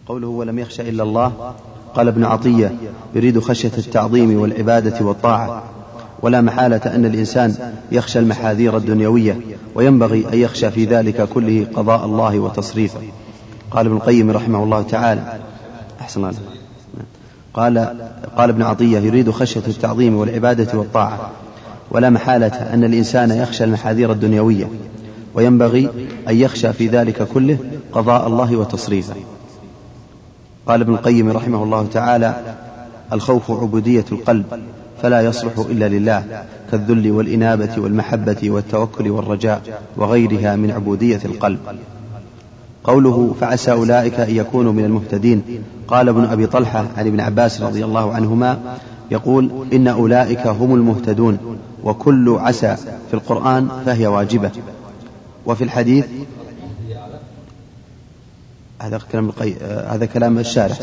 قوله ولم يخشى إلا الله. قال ابن عطية يريد خشية التعظيم والعبادة والطاعة، ولا محالة أن الإنسان يخشى المحاذير الدنيوية، وينبغي أن يخشى في ذلك كله قضاء الله وتصريفه. قال ابن القيم رحمه الله تعالى أحسن الله. قال ابن عطية يريد خشية التعظيم والعبادة والطاعة، ولا محالة أن الإنسان يخشى المحاذير الدنيوية، وينبغي أن يخشى في ذلك كله قضاء الله وتصريفه. قال ابن القيم رحمه الله تعالى الخوف عبودية القلب، فلا يصلح إلا لله، كالذل والإنابة والمحبة والتوكل والرجاء وغيرها من عبودية القلب. قوله فعسى أولئك أن يكونوا من المهتدين. قال ابن أبي طلحة عن ابن عباس رضي الله عنهما يقول إن أولئك هم المهتدون، وكل عسى في القرآن فهي واجبة. وفي الحديث هذا كلام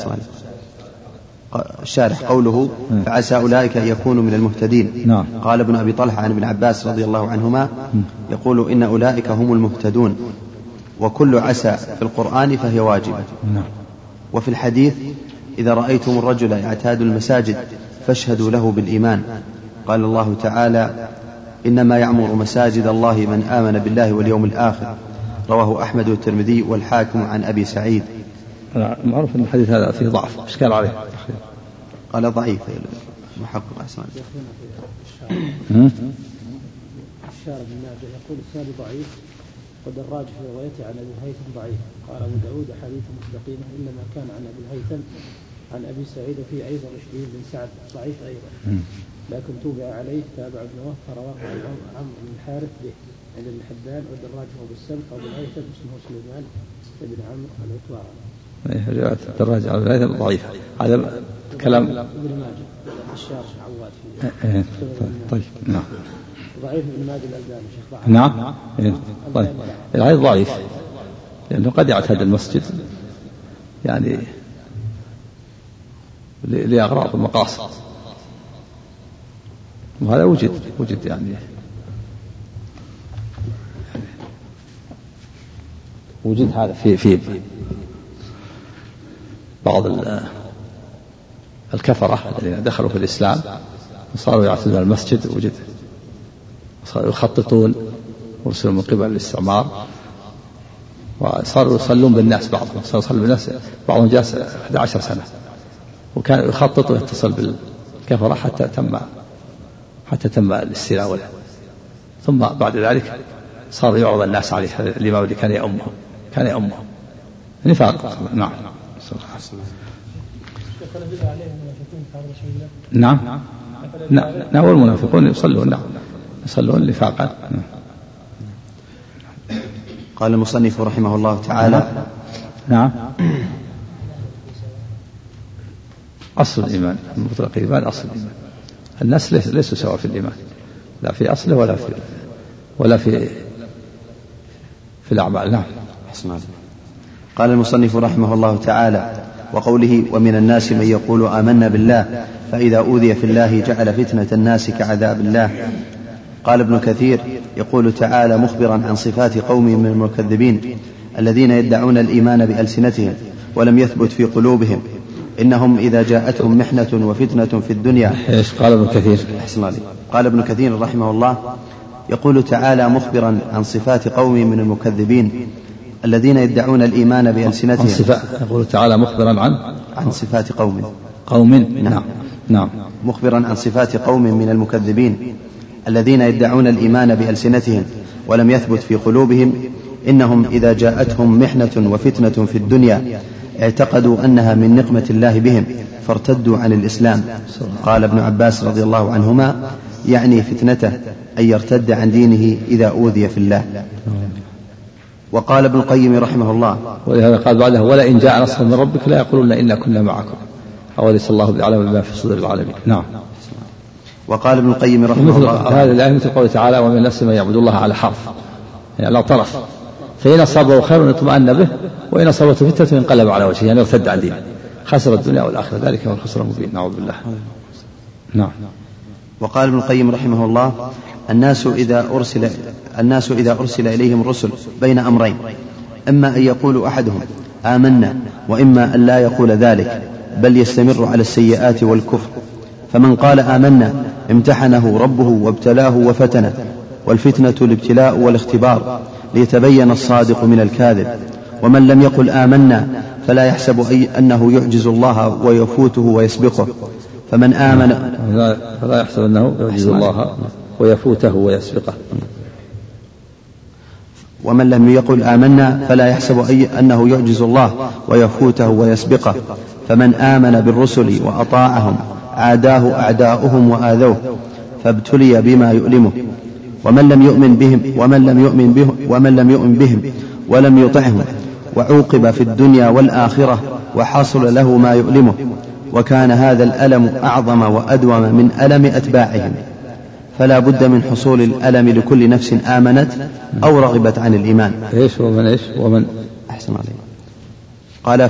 الشارح قوله فعسى أولئك أن يكونوا من المهتدين. قال ابن أبي طلحة عن ابن عباس رضي الله عنهما يقول إن أولئك هم المهتدون، وكل عسى في القرآن فهي واجبة. وفي الحديث إذا رأيتم الرجل يعتاد المساجد فاشهدوا له بالإيمان. قال الله تعالى إنما يعمر مساجد الله من آمن بالله واليوم الآخر. رواه أحمد والترمذي والحاكم عن أبي سعيد. معروف أن الحديث هذا فيه ضعف، إشكال عليه. قال ضعيف محقق أحسن. الشارع بن ماجه يقول السند ضعيف، والدراج في روايته عن أبي الهيثم ضعيف. قال أبو داود حديث مستقيم، إنما كان عن أبي الهيثم عن أبي سعيد وفيه أيضا رشدين بن سعد ضعيف أيضا، لكن توبع عليه تابع ابن وهب فرواه عمرو بن الحارث به عند ابن حبان، والدراج هو بالسبق، وابو الهيثم اسمه سليمان بن عمرو العتواري. رواية الدراج على الهيثم ضعيفة. هذا كلام ابن ماجه الشارح عواد فيه. طيب نعم. ضعيف ابن ماجه الألباني شيخ ضعيف. نعم طيب العيد ضعيف لأنه قد يعتاد المسجد يعني لأغراض ومقاصد، وهذا وجد يعني وجد هذا في بعض الكفرة الذين دخلوا في الإسلام وصاروا يعتادون المسجد، وجد صاروا يخططون ورسلوا من قبل الاستعمار، وصاروا يصلون بالناس، بعضهم صاروا يصلون بالناس، بعضهم جالس 11 سنة وكان يخطط ويتصل بالكفرة حتى تم الاستيلاء له. ثم بعد ذلك صار يعرض الناس عليه الإمام اللي كان يأمه نفاق. نعم نعم والمنافقون يصلون نفاقا. قال المصنف رحمه الله تعالى نعم أصل الإيمان مطلق الإيمان أصل الإيمان. الناس ليسوا سواء في الإيمان، لا في أصله ولا في الأعمال. نعم. قال المصنف رحمه الله تعالى وقوله ومن الناس من يقول آمنا بالله فإذا أوذي في الله جعل فتنة الناس كعذاب الله. قال ابن كثير يقول تعالى مخبرا عن صفات قوم من المكذبين الذين يدعون الإيمان بألسنتهم ولم يثبت في قلوبهم، إنهم إذا جاءتهم محنة وفتنة في الدنيا. قال ابن كثير قال ابن كثير رحمه الله يقول تعالى مخبرا عن صفات قوم من المكذبين الذين يدعون الإيمان بألسنتهم. يقول تعالى مخبرا عن صفات قوم. نعم. مخبرا عن صفات قوم من المكذبين الذين يدعون الإيمان بألسنتهم ولم يثبت في قلوبهم، إنهم إذا جاءتهم محنة وفتنة في الدنيا اعتقدوا أنها من نقمة الله بهم فارتدوا عن الإسلام. قال ابن عباس رضي الله عنهما يعني فتنته أن يرتد عن دينه إذا أوذي في الله. وقال ابن القيم رحمه الله ولهذا قال بعده ولئن جاء نصر من ربك لا يقولون إنا كنا معكم أوليس الله بعلم بما في صدور العالمين. نعم. وقال ابن القيم رحمه الله هذه الآية مثل قوله تعالى ومن الناس من يعبد الله على حرف، يعني على طرف، فإن أصابه خير اطمأن به وإن أصابته فتنة انقلب على وجهه، يعني ارتد عن دينه خسر الدنيا والآخرة، ذلك هو الخسران المبين. نعوذ بالله. نعم. وقال ابن القيم رحمه الله الناس إذا أرسل إليهم الرسل بين أمرين، إما أن يقول أحدهم آمنا، وإما أن لا يقول ذلك بل يستمر على السيئات والكفر. فمن قال آمنا امتحنه ربه وابتلاه وفتنه، والفتنة الابتلاء والاختبار ليتبين الصادق من الكاذب. ومن لم يقل آمنا فلا يحسب أنه يعجز الله ويفوته ويسبقه. فمن آمن فلا يحسب أنه يعجز الله ويفوته ويسبقه. ومن لم يقل آمنا فلا يحسب أنه يعجز الله ويفوته ويسبقه. فمن آمن بالرسل وأطاعهم عاداه أعداؤهم وآذوه فابتلي بما يؤلمه. ومن لم يؤمن بهم ولم يطعهم وعوقب في الدنيا والآخرة وحصل له ما يؤلمه، وكان هذا الألم أعظم وأدوم من ألم أتباعهم. فلا بد من حصول الألم لكل نفس آمنت أو رغبت عن الإيمان. ومن أحسن عليه.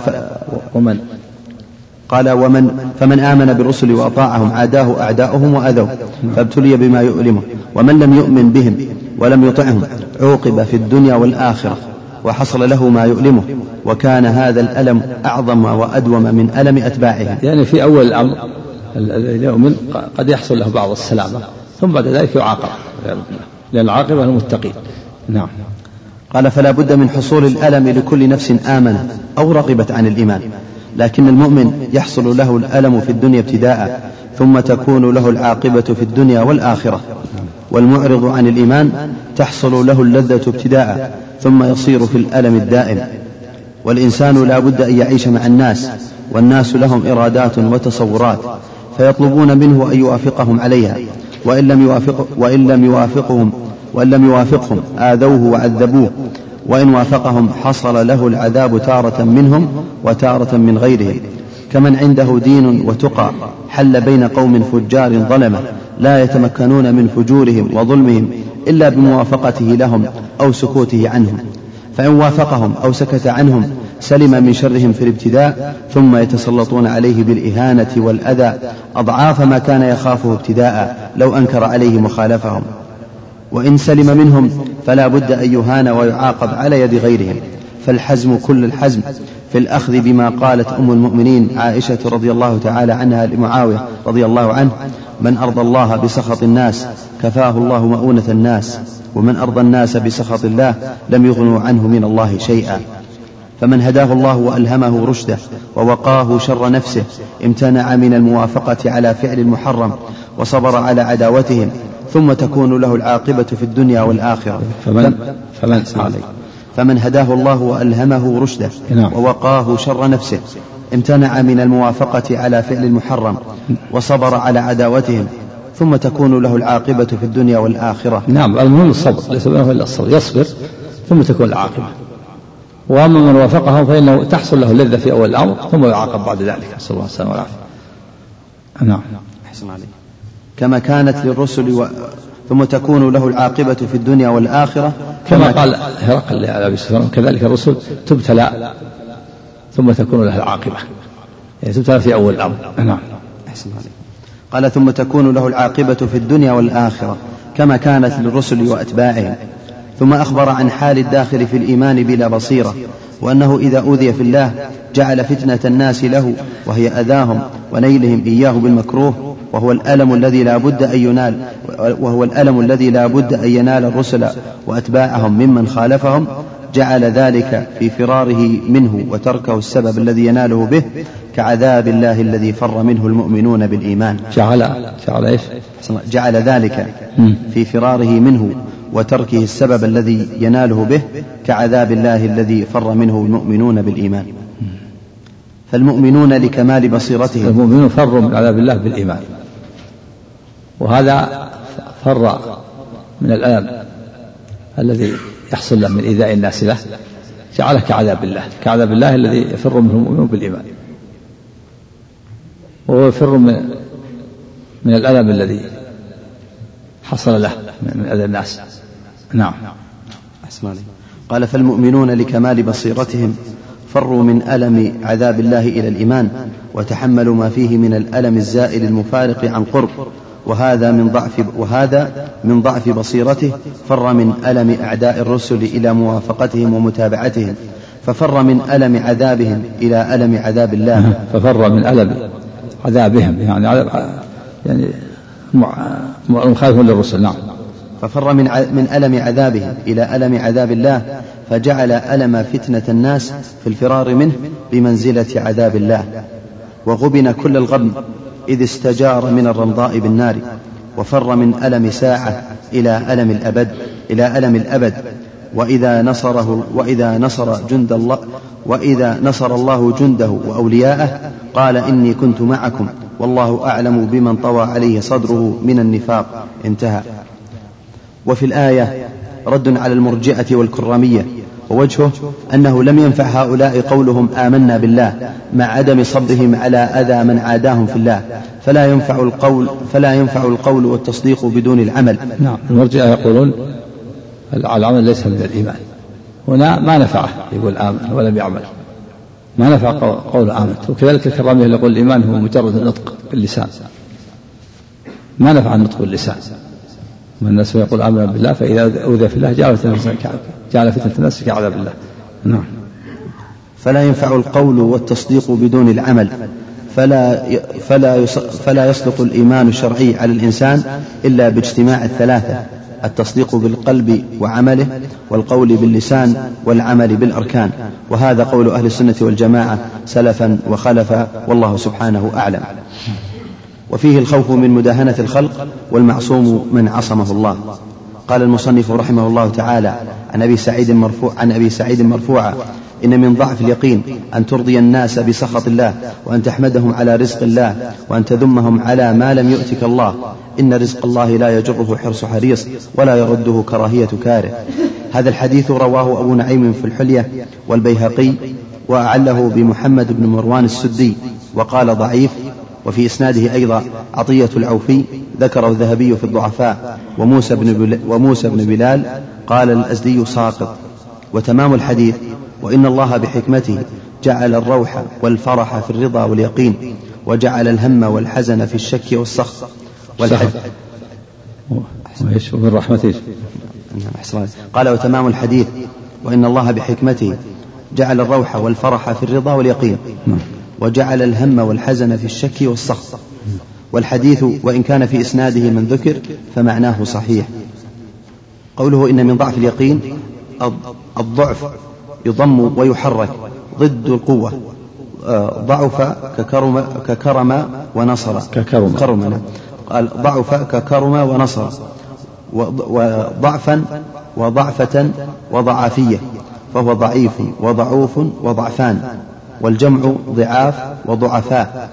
قال فمن آمن بالرسل وأطاعهم عاداه أعداؤهم وأذوه فابتلي بما يؤلمه. ومن لم يؤمن بهم ولم يطعهم عوقب في الدنيا والآخرة وحصل له ما يؤلمه، وكان هذا الألم أعظم وأدوم من ألم أتباعهم. يعني في أول الأمر الذي يؤمن قد يحصل له بعض السلامة، ثم بعد ذلك يعاقب، لأن العاقبة المتقين. نعم. قال فلا بد من حصول الألم لكل نفس آمنت أو رغبت عن الإيمان، لكن المؤمن يحصل له الألم في الدنيا ابتداء، ثم تكون له العاقبة في الدنيا والآخرة. والمعرض عن الإيمان تحصل له اللذة ابتداء، ثم يصير في الألم الدائم. والإنسان لا بد أن يعيش مع الناس، والناس لهم إرادات وتصورات، فيطلبون منه أن يوافقهم عليها، وإن لم يوافقهم آذوه وعذبوه، وإن وافقهم حصل له العذاب تارة منهم وتارة من غيرهم. كمن عنده دين وتقى حل بين قوم فجار ظلمة لا يتمكنون من فجورهم وظلمهم إلا بموافقته لهم أو سكوته عنهم، فإن وافقهم أو سكت عنهم سلم من شرهم في الابتداء، ثم يتسلطون عليه بالإهانة والأذى أضعاف ما كان يخافه ابتداء لو أنكر عليه مخالفهم. وإن سلم منهم فلا بد أن يهان ويعاقب على يد غيرهم. فالحزم كل الحزم في الأخذ بما قالت أم المؤمنين عائشة رضي الله تعالى عنها لمعاوية رضي الله عنه: من أرضى الله بسخط الناس كفاه الله مؤونة الناس، ومن أرضى الناس بسخط الله لم يغنوا عنه من الله شيئا. فمن هداه الله وألهمه رشده ووقاه شر نفسه امتنع من الموافقة على فعل المحرم وصبر على عداوتهم، ثم تكون له العاقبة في الدنيا والآخرة. فمن هداه الله وألهمه رشده ووقاه شر نفسه امتنع من الموافقة على فعل المحرم وصبر على عداوتهم، ثم تكون له العاقبة في الدنيا والآخرة. نعم، المهم الصبر، ليس بينه إلا الصبر، يصبر ثم تكون العاقبة. وأما من وافقهم فإنه تحصل له اللذة في أول الأمر ثم يعاقب بعد ذلك، نسأل الله السلامة والعافية. نعم. أحسن عليك. كما كانت للرسل ثم تكون له العاقبة في الدنيا والآخرة، كما قال هرقل على أبي سفيان: كذلك الرسل تبتلى ثم تكون له العاقبة، يعني تبتلى في أول الأمر. نعم. أحسن عليك. قال ثم تكون له العاقبة في الدنيا والآخرة كما كانت للرسل وأتباعهم. ثم أخبر عن حال الداخل في الإيمان بلا بصيرة، وأنه إذا أوذي في الله جعل فتنة الناس له وهي أذاهم ونيلهم إياه بالمكروه، وهو الألم الذي لا بد أن ينال الرسل وأتباعهم ممن خالفهم. جعل ذلك في فراره منه وتركه السبب الذي يناله به كعذاب الله الذي فر منه المؤمنون بالإيمان. جعل ذلك في فراره منه وتركه السبب الذي يناله به كعذاب الله الذي فر منه المؤمنون بالإيمان. فالمؤمنون لكمال بصيرتهم، المؤمنون فروا من عذاب الله بالإيمان، وهذا فر من الألم الذي يحصل له من إيذاء الناس له، جعله كعذاب الله الذي يفر منه المؤمنون بالإيمان، وهو يفر من الألم الذي حصل له من أذى الناس. نعم. قال فالمؤمنون لكمال بصيرتهم فروا من ألم عذاب الله إلى الإيمان، وتحملوا ما فيه من الألم الزائل المفارق عن قرب، وهذا من ضعف بصيرته فر من ألم أعداء الرسل إلى موافقتهم ومتابعتهم، ففر من ألم عذابهم إلى ألم عذاب الله. ففر من ألم عذابهم يعني مخالف للرسل. نعم. ففر من ألم عذابهم إلى ألم عذاب الله، فجعل ألم فتنة الناس في الفرار منه بمنزلة عذاب الله. وغبن كل الغبن إذ استجار من الرمضاء بالنار، وفر من ألم ساعة إلى ألم الأبد. وإذا نصر الله جنده وأولياءه قال إني كنت معكم والله أعلم بمن طوى عليه صدره من النفاق. انتهى. وفي الآية رد على المرجئة والكرامية، ووجهه أنه لم ينفع هؤلاء قولهم آمنا بالله مع عدم صبرهم على أذى من عاداهم في الله، فلا ينفع القول والتصديق بدون العمل. نعم. المرجئة يقولون العمل ليس من الإيمان، هنا ما نفعه يقول آمن ولم يعمل، ما نفع قول آمنت. وكذلك الكرامية اللي يقول الإيمان هو مجرد النطق باللسان، ما نفع النطق باللسان. والناس يقول آمنا بالله فإذا أوذي في الله جعل فتنة الناس كعذاب الله. نعم. فلا ينفع القول والتصديق بدون العمل، فلا يصدق الإيمان الشرعي على الإنسان إلا باجتماع الثلاثة: التصديق بالقلب وعمله، والقول باللسان، والعمل بالأركان. وهذا قول أهل السنة والجماعة سلفا وخلفا، والله سبحانه أعلم. وفيه الخوف من مداهنة الخلق، والمعصوم من عصمه الله. قال المصنف رحمه الله تعالى عن أبي سعيد مرفوعا: إن من ضعف اليقين أن ترضي الناس بسخط الله، وأن تحمدهم على رزق الله، وأن تذمهم على ما لم يؤتك الله. إن رزق الله لا يجره حرص حريص، ولا يرده كراهية كاره. هذا الحديث رواه أبو نعيم في الحلية والبيهقي، وأعله بمحمد بن مروان السدي، وقال ضعيف. وفي إسناده أيضا عطية العوفي ذكره الذهبي في الضعفاء، وموسى بن بلال قال الأزدي ساقط. وتمام الحديث: وإن الله بحكمته جعل الروح والفرح في الرضا واليقين، وجعل الهم والحزن في الشك والسخط. ومن رحمته. قال: وتمام الحديث: وإن الله بحكمته جعل الروح والفرح في الرضا واليقين، وجعل الهم والحزن في الشك والسخط. والحديث وإن كان في إسناده من ذكر فمعناه صحيح. قوله إن من ضعف اليقين: الضعف يضم ويحرك ضد القوة. ضعف ككرم ونصر. قال ضعف ككرم ونصر، وضعفا وضعفة وضعافية، فهو ضعيف وضعوف وضعفان، والجمع ضعاف وضعفاء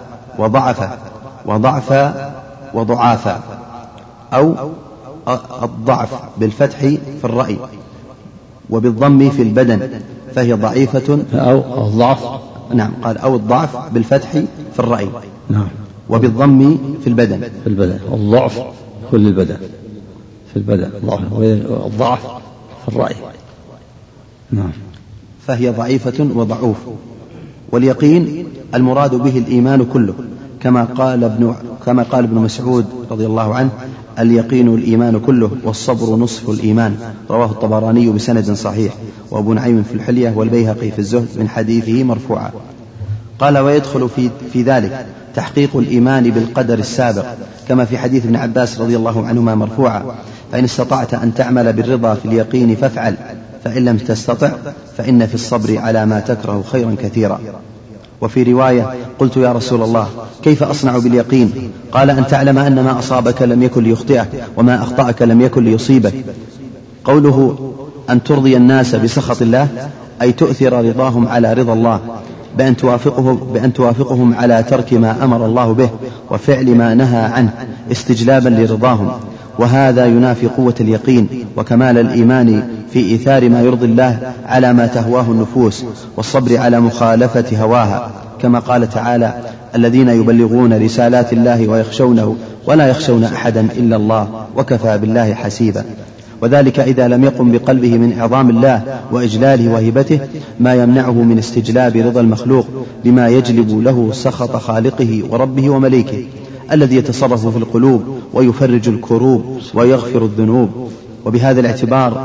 وضعفا وضعافا. أو الضعف بالفتح في الرأي وبالضم في البدن، فهي ضعيفة. أو الضعف. نعم. قال أو الضعف بالفتح في الرأي. نعم. وبالضم في البدن. الضعف كل البدن، في البدن الضعف في الرأي. نعم. فهي ضعيفة وضعوف. واليقين المراد به الإيمان كله، كما قال ابن مسعود رضي الله عنه: اليقين الإيمان كله، والصبر نصف الإيمان. رواه الطبراني بسند صحيح، وأبو نعيم في الحلية، والبيهقي في الزهد من حديثه مرفوعا. قال: ويدخل في ذلك تحقيق الإيمان بالقدر السابق، كما في حديث ابن عباس رضي الله عنهما مرفوعا: فإن استطعت أن تعمل بالرضا في اليقين فافعل، فإن لم تستطع فإن في الصبر على ما تكره خيرا كثيرا. وفي رواية: قلت يا رسول الله كيف أصنع باليقين؟ قال: أن تعلم أن ما أصابك لم يكن ليخطئك، وما أخطأك لم يكن ليصيبك. قوله أن ترضي الناس بسخط الله أي تؤثر رضاهم على رضا الله، بأن توافقهم على ترك ما أمر الله به وفعل ما نهى عنه استجلابا لرضاهم. وهذا ينافي قوة اليقين وكمال الإيمان في إيثار ما يرضي الله على ما تهواه النفوس، والصبر على مخالفة هواها، كما قال تعالى: الذين يبلغون رسالات الله ويخشونه ولا يخشون أحدا إلا الله وكفى بالله حسيبا. وذلك إذا لم يقم بقلبه من إعظام الله وإجلاله وهبته ما يمنعه من استجلاب رضا المخلوق بما يجلب له سخط خالقه وربه ومليكه، الذي يتصرف في القلوب ويفرج الكروب ويغفر الذنوب. وبهذا الاعتبار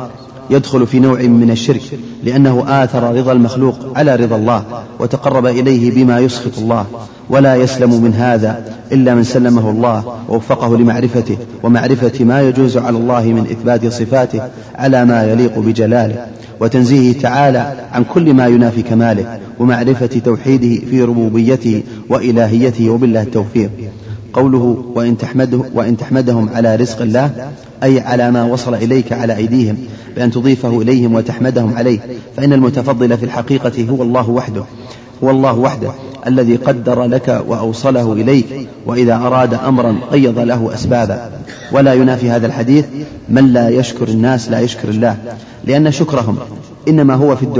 يدخل في نوع من الشرك، لأنه آثر رضا المخلوق على رضا الله وتقرب إليه بما يسخط الله، ولا يسلم من هذا إلا من سلمه الله ووفقه لمعرفته ومعرفة ما يجوز على الله من إثبات صفاته على ما يليق بجلاله وتنزيهه تعالى عن كل ما ينافي كماله، ومعرفة توحيده في ربوبيته وإلهيته، وبالله التوفيق. قوله وإن تحمدهم على رزق الله، أي على ما وصل إليك على أيديهم، بأن تضيفه إليهم وتحمدهم عليه، فإن المتفضل في الحقيقة هو الله وحده الذي قدر لك وأوصله إليك، وإذا أراد أمرا قيض له أسبابا. ولا ينافي هذا الحديث من لا يشكر الناس لا يشكر الله، لأن شكرهم إنما هو في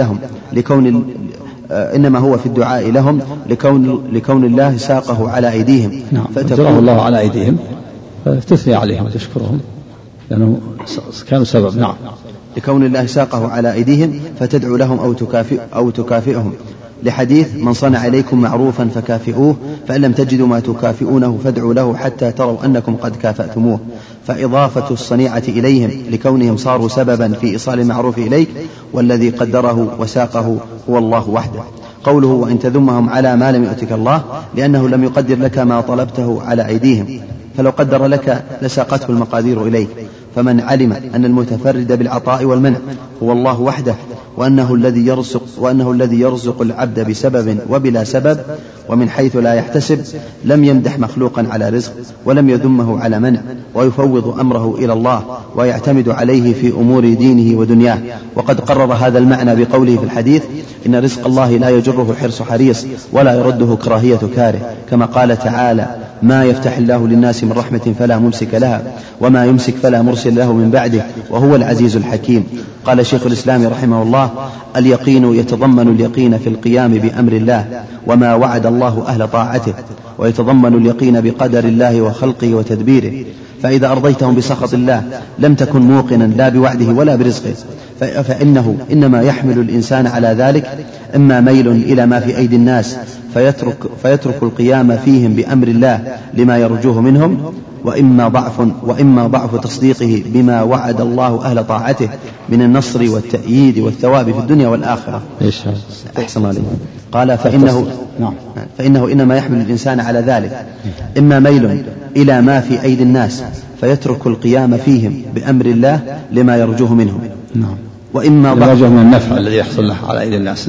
الدعاء لهم لكون الله ساقه على أيديهم. فتكون الله على أيديهم فتثني عليهم وتشكرهم لأنهم كانوا سبب. نعم. لكون الله ساقه على أيديهم فتدعو لهم أو تكافئهم، لحديث من صنع إليكم معروفا فكافئوه، فإن لم تجدوا ما تكافئونه فادعوا له حتى تروا أنكم قد كافأتموه. فإضافة الصنيعة إليهم لكونهم صاروا سببا في إيصال المعروف إليك، والذي قدره وساقه هو الله وحده. قوله وإن تذمهم على ما لم يؤتك الله، لأنه لم يقدر لك ما طلبته على أيديهم، فلو قدر لك لساقته المقادير إليك. فمن علم أن المتفرد بالعطاء والمنع هو الله وحده، وأنه الذي يرزق العبد بسبب وبلا سبب ومن حيث لا يحتسب، لم يمدح مخلوقا على رزق ولم يذمه على منع، ويفوض أمره إلى الله ويعتمد عليه في أمور دينه ودنياه. وقد قرر هذا المعنى بقوله في الحديث إن رزق الله لا يجره حرص حريص ولا يرده كراهية كاره، كما قال تعالى ما يفتح الله للناس من رحمة فلا ممسك لها وما يمسك فلا مرسل له من بعده وهو العزيز الحكيم. قال شيخ الإسلام رحمه الله اليقين يتضمن اليقين في القيام بأمر الله وما وعد الله أهل طاعته، ويتضمن اليقين بقدر الله وخلقه وتدبيره. فإذا أرضيتهم بسخط الله لم تكن موقنا لا بوعده ولا برزقه، فإنه إنما يحمل الإنسان على ذلك إما ميل إلى ما في أيدي الناس فيترك القيام فيهم بأمر الله لما يرجوه منهم، وإما ضعف تصديقه بما وعد الله أهل طاعته من النصر والتأييد والثواب في الدنيا والآخرة. أحسن عليه. قال فإنه إنما يحمل الإنسان على ذلك إما ميل إلى ما في أيدي الناس فيترك القيام فيهم بأمر الله لما يرجوه منهم، وإما يرجوه من النفع الذي يحصل له على أيدي الناس.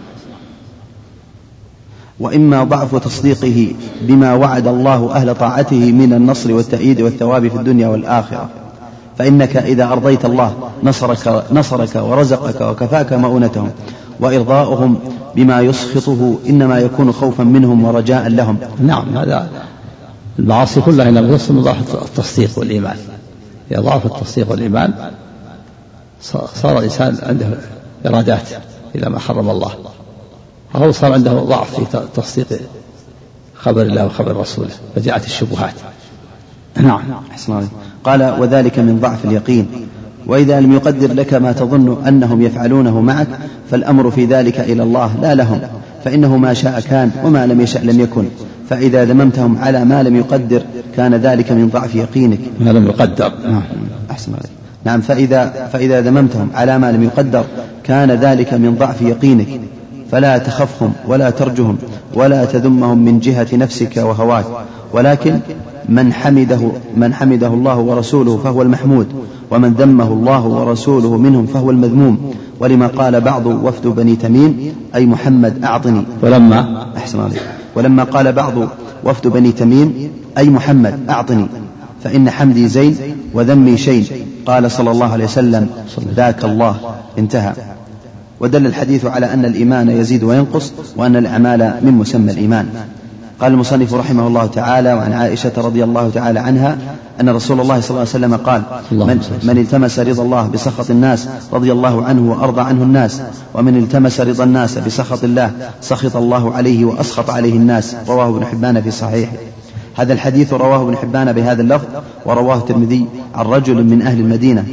وإما ضعف تصديقه بما وعد الله أهل طاعته من النصر والتأييد والثواب في الدنيا والآخرة. فإنك إذا أرضيت الله نصرك ورزقك وكفاك مؤونتهم، وإرضاؤهم بما يسخطه إنما يكون خوفا منهم ورجاء لهم. نعم، هذا المعاصي كلها إنما تصل ضعف التصديق والإيمان. إذا ضعف التصديق والإيمان صار الإنسان عنده إرادات إلى ما حرم الله، فهو صار عنده ضعف في تصديق خبر الله وخبر رسوله، فجاءت الشبهات. نعم. قال وذلك من ضعف اليقين. وإذا لم يقدر لك ما تظن أنهم يفعلونه معك فالأمر في ذلك إلى الله لا لهم، فإنه ما شاء كان وما لم يشأ لم يكن. فإذا ذممتهم على ما لم يقدر كان ذلك من ضعف يقينك. ما لم يقدر. أحسن عليك. نعم. فإذا ذممتهم على ما لم يقدر كان ذلك من ضعف يقينك، فلا تخفهم ولا ترجهم ولا تذمهم من جهة نفسك وهواك، ولكن من حمده الله ورسوله فهو المحمود، ومن ذمه الله ورسوله منهم فهو المذموم. ولما قال بعض وفد بني تميم أي محمد أعطني. ولما قال بعض وفد بني تميم أي محمد أعطني فإن حمدي زين وذمي شين، قال صلى الله عليه وسلم ذاك الله. انتهى. ودل الحديث على أن الإيمان يزيد وينقص، وأن الأعمال من مسمى الإيمان. قال المصنف رحمه الله تعالى وعن عائشة رضي الله تعالى عنها أن رسول الله صلى الله عليه وسلم قال من التمس رضا الله بسخط الناس رضي الله عنه وأرضى عنه الناس، ومن التمس رضا الناس بسخط الله سخط الله عليه وأسخط عليه الناس. رواه ابن حبان في صحيحه. هذا الحديث رواه ابن حبان بهذا اللفظ، ورواه الترمذي عن رجل من أهل المدينة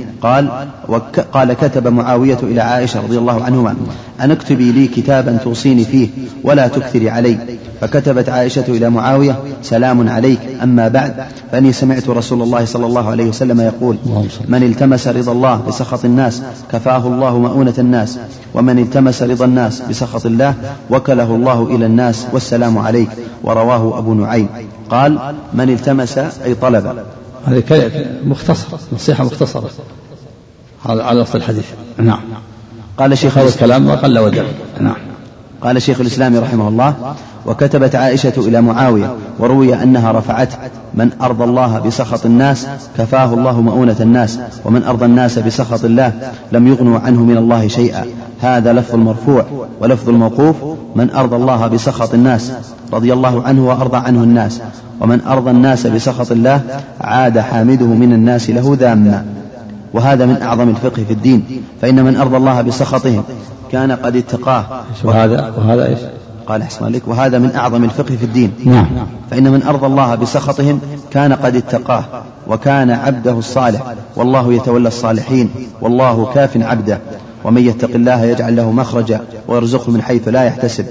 قال كتب معاوية إلى عائشة رضي الله عنهما أن اكتبي لي كتابا توصيني فيه ولا تكثري علي. فكتبت عائشة إلى معاوية: سلام عليك، أما بعد، فأني سمعت رسول الله صلى الله عليه وسلم يقول: من التمس رضا الله بسخط الناس كفاه الله مؤونة الناس، ومن التمس رضا الناس بسخط الله وكله الله إلى الناس، والسلام عليك. ورواه أبو نعيم. قال: من التمس أي طلب. هذه مختصر، نصيحة مختصرة على نص الحديث. نعم. قال شيخ الكلام وقل ودل. نعم. قال شيخ الإسلام رحمه الله: وكتبت عائشة إلى معاوية وروي أنها رفعته: من أرضى الله بسخط الناس كفاه الله مؤونة الناس، ومن أرضى الناس بسخط الله لم يغنوا عنه من الله شيئا. هذا لفظ المرفوع، ولفظ الموقوف: من أرضى الله بسخط الناس رضي الله عنه وأرضى عنه الناس، ومن أرضى الناس بسخط الله عاد حامده من الناس له ذاما. وهذا من أعظم الفقه في الدين، فإن من أرضى الله بسخطهم كان قد اتقاه. وهذا إيش؟ قال أحسن عليك: وهذا من أعظم الفقه في الدين. نعم. فإن من أرضى الله بسخطهم كان قد اتقاه وكان عبده الصالح، والله يتولى الصالحين، والله كاف عبده. ومن يتق الله يجعل له مخرجا ويرزقه من حيث لا يحتسب،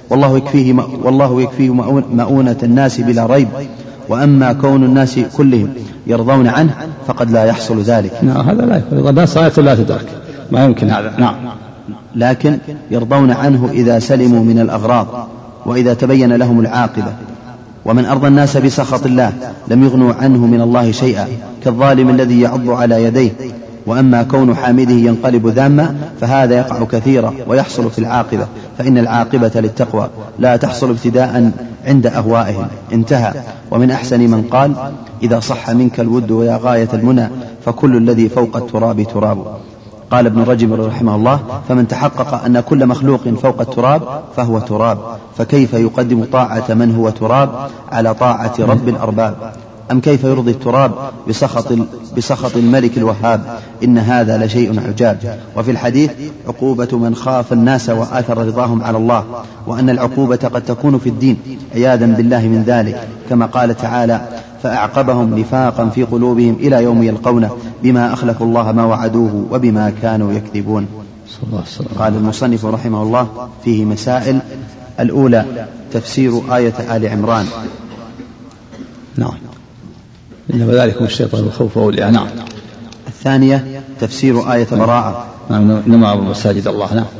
والله يكفيه مؤونة الناس بلا ريب. وأما كون الناس كلهم يرضون عنه فقد لا يحصل ذلك. نعم، هذا لا يكون. الناس آية لا تدرك، ما يمكن هذا. نعم. لكن يرضون عنه إذا سلموا من الأغراض وإذا تبين لهم العاقبة. ومن أرضى الناس بسخط الله لم يغنوا عنه من الله شيئا، كالظالم الذي يعض على يديه. وأما كون حامده ينقلب ذاما فهذا يقع كثيرا ويحصل في العاقبة، فإن العاقبة للتقوى لا تحصل ابتداء عند أهوائهم. انتهى. ومن أحسن من قال: إذا صح منك الود ويا غاية المنى فكل الذي فوق التراب تراب. قال ابن رجب رحمه الله: فمن تحقق أن كل مخلوق فوق التراب فهو تراب، فكيف يقدم طاعة من هو تراب على طاعة رب الأرباب؟ أم كيف يرضي التراب بسخط الملك الوهاب؟ إن هذا لشيء عجاب. وفي الحديث: عقوبة من خاف الناس وآثر رضاهم على الله، وأن العقوبة قد تكون في الدين عياذا بالله من ذلك، كما قال تعالى: فأعقبهم نفاقا في قلوبهم إلى يوم يلقونه بما أخلفوا الله ما وعدوه وبما كانوا يكذبون. قال المصنف رحمه الله: فيه مسائل. الأولى: تفسير آية آل عمران. نعم. إنما ذلكم الشيطان الخوف أولياء. نعم. الثانية: تفسير آية براءة. نعم. إنما مساجد الله. نعم.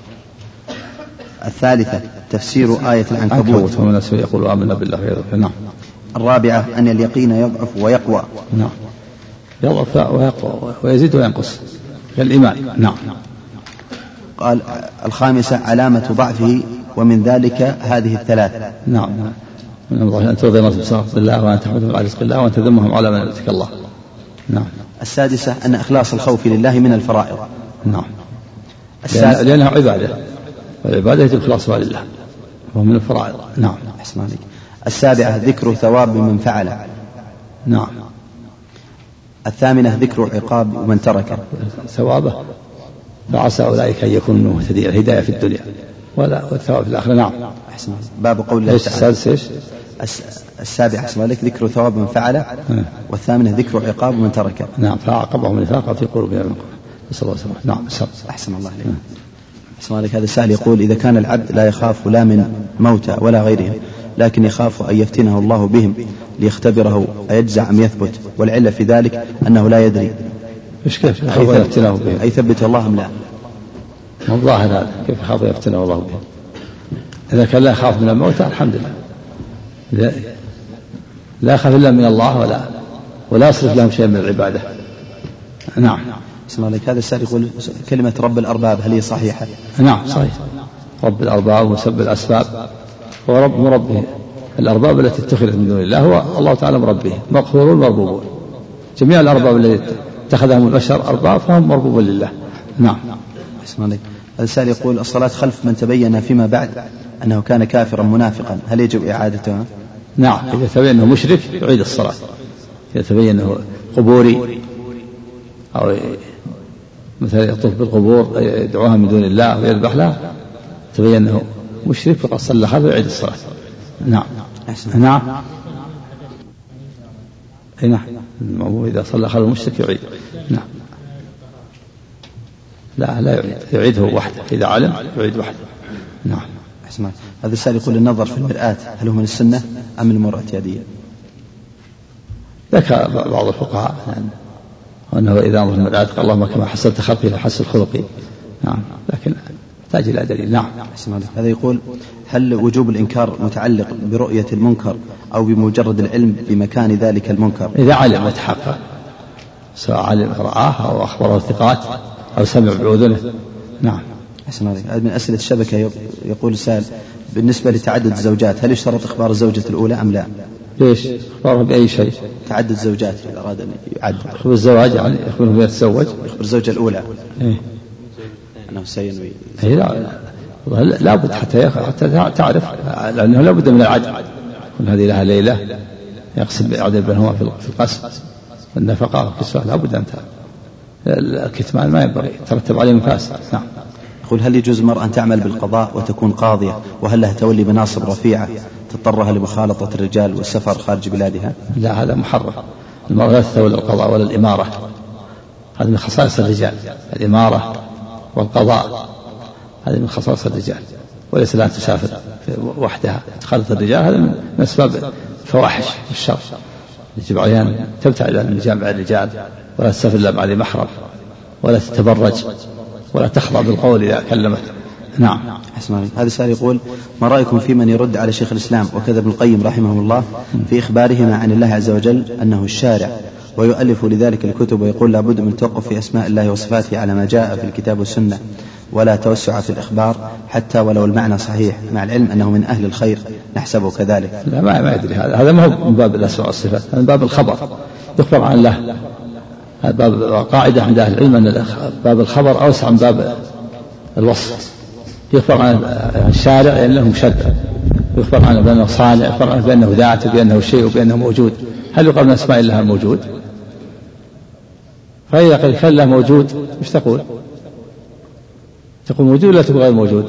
الثالثة: تفسير آية العنكبوت. ومن الناس يقول آمنا بالله ويضعف. نعم. الرابعة: أن اليقين يضعف ويقوى. نعم. يضعف ويقوى ويزيد وينقص كالإيمان. نعم. قال الخامسة: علامة ضعفه، ومن ذلك هذه الثلاث. نعم. من الله أن ترضي الناس بسخط الله، وأن تحمدهم على رزق الله، وأن تذمهم على من يتق الله. نعم. السادسة: أن إخلاص الخوف لله من الفرائض. نعم. لأنها عبادة، والعبادة يجب إخلاصها لله، وهو من الفرائض. نعم. أحسن عليك. السابعة: ذكر ثواب من فعل. نعم. الثامنة: ذكر عقاب من ترك ثوابه، فعسى أولئك أن يكونوا مهتدين، الهداية في الدنيا والثواب في الآخرة. نعم. أحسن. باب قول الله تعالى. السادس: السابعة أحسن عليك: ذكر ثواب من فعل. والثامنة: ذكر عقاب من ترك. نعم. فعاقبهم نفاقا في قلوبهم. نسأل الله السلامة. نعم. أحسن الله عليك. أحسن عليك. هذا السائل يقول: إذا كان العبد لا يخاف لا من موتى ولا غيرهم، لكن يخاف أن يفتنه الله بهم ليختبره أيجزع أم يثبت، والعلة في ذلك أنه لا يدري إيش كيف يخاف يفتنه بهم؟ أي ثبت الله أم لا؟ ما الظاهر هذا، كيف يخاف يفتنه الله بهم؟ إذا كان لا يخاف من الموتى الحمد لله، لا يخاف إلا من الله ولا يصرف لهم شيء من العبادة. نعم. أحسن عليك. هذا السائل يقول: كلمة رب الأرباب هل هي صحيحة؟ نعم صحيح. رب الأرباب وسب الأسباب، هو رب مربه. الأرباب التي اتخذت من دون الله هو الله تعالى مربيه، مقهورون مربوبون. جميع الأرباب التي اتخذهم البشر أرباب فهم مربوب لله. نعم. أحسن عليك. هذا السائل يقول: الصلاة خلف من تبين فيما بعد أنه كان كافرا منافقا، هل يجب إعادتها؟ نعم. إذا تبين أنه مشرك يعيد الصلاة. إذا تبين أنه قبوري أو مثلا يطوف بالقبور يدعوها من دون الله ويذبح لها، تبين أنه مشرك فقد صلى خلفه ويعيد الصلاة. نعم. أحسن. نعم. نعم المأموم إذا صلى خلف المشرك يعيد. نعم لا يعيده وحده، إذا علم يعيد وحده. نعم. أحسن. هذا السائل يقول النظر في المرآة هل هو من السنة أم المرأة اعتيادية؟ ذكر بعض الفقهاء يعني وأنه إذا نظر المرآة قال اللهم كما حسنت خلقي فحسن خلقي. نعم لكن يحتاج إلى دليل. نعم. هذا يقول هل وجوب الإنكار متعلق برؤية المنكر أو بمجرد العلم بمكان ذلك المنكر؟ إذا علم وتحقق، سواء علم رآه أو أخبره الثقات أو سمع بأذنه. نعم. هذا من أسئلة الشبكة. يقول السائل بالنسبة لتعدد الزوجات هل يشترط إخبار الزوجة الأولى أم لا؟ ليش؟ إخباره بأي شيء؟ تعدد الزوجات إذا أراد أن يعدد. يخبر الزواج يعني يخبره بيتزوج، يخبر الزوجة الأولى إيه؟ أنه سينوي. لا بد حتى تعرف، لأنه لا بد من العدل. كل هذه لها ليلة يقسم يعدل بينهما في القسم والنفقة والكسوة، لا بد أن الكتمان ما ينبغي ترتب عليه مفاسد. نعم. يقول هل يجوز المرأة أن تعمل بالقضاء وتكون قاضية وهل لها تولي مناصب رفيعة تضطرها لمخالطة الرجال والسفر خارج بلادها؟ لا هذا محرم. المرأة لا تتولى القضاء ولا الإمارة، هذا من خصائص الرجال. الإمارة والقضاء هذه من خصائص الرجال، وليس لها تسافر وحدها تخالط الرجال، هذا من أسباب الفواحش والشر. يجب عليها أن تبتعد عن جامع الرجال ولا تسافر إلا مع ذي محرم ولا تتبرج ولا تخضع بالقول إذا كلمت. نعم. هذا السؤال يقول ما رأيكم في من يرد على شيخ الإسلام وكذا ابن القيم رحمه الله في إخبارهما عن الله عز وجل أنه الشارع ويؤلف لذلك الكتب ويقول لا بد من التوقف في أسماء الله وصفاته على ما جاء في الكتاب والسنة ولا توسع في الإخبار حتى ولو المعنى صحيح، مع العلم أنه من أهل الخير نحسبه كذلك؟ لا ما يدري هذا ما هو من باب الأسماء والصفات، هذا من باب الخبر يخبر عن الله. هذا باب قاعدة عند أهل العلم أن باب الخبر أوسع من باب الوصف. يخبر عن الشارع لأنه مشرع، يخبر عنه بأنه صانع، يخبر عنه بأنه ذات وبأنه شيء وبأنه موجود. هل يقال من أسماء الله الموجود؟ فإذا قال كان الله موجود مش تقول موجود ولا تقول غير موجود؟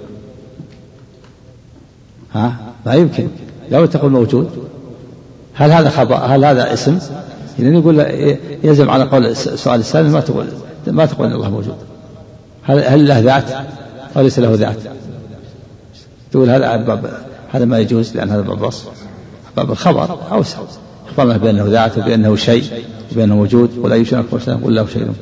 ما يمكن. لو تقول موجود هل هذا خبر؟ هل هذا اسم؟ يعني يقول يلزم على قول سؤال السائل ما تقول ان الله موجود. هل له ذات او ليس له ذات؟ تقول هذا ما يجوز لان هذا باب وصف. باب الخبر اوسع، يخبرنا بانه ذات وبانه شيء وبانه موجود ولا يشرك ولا له شيء.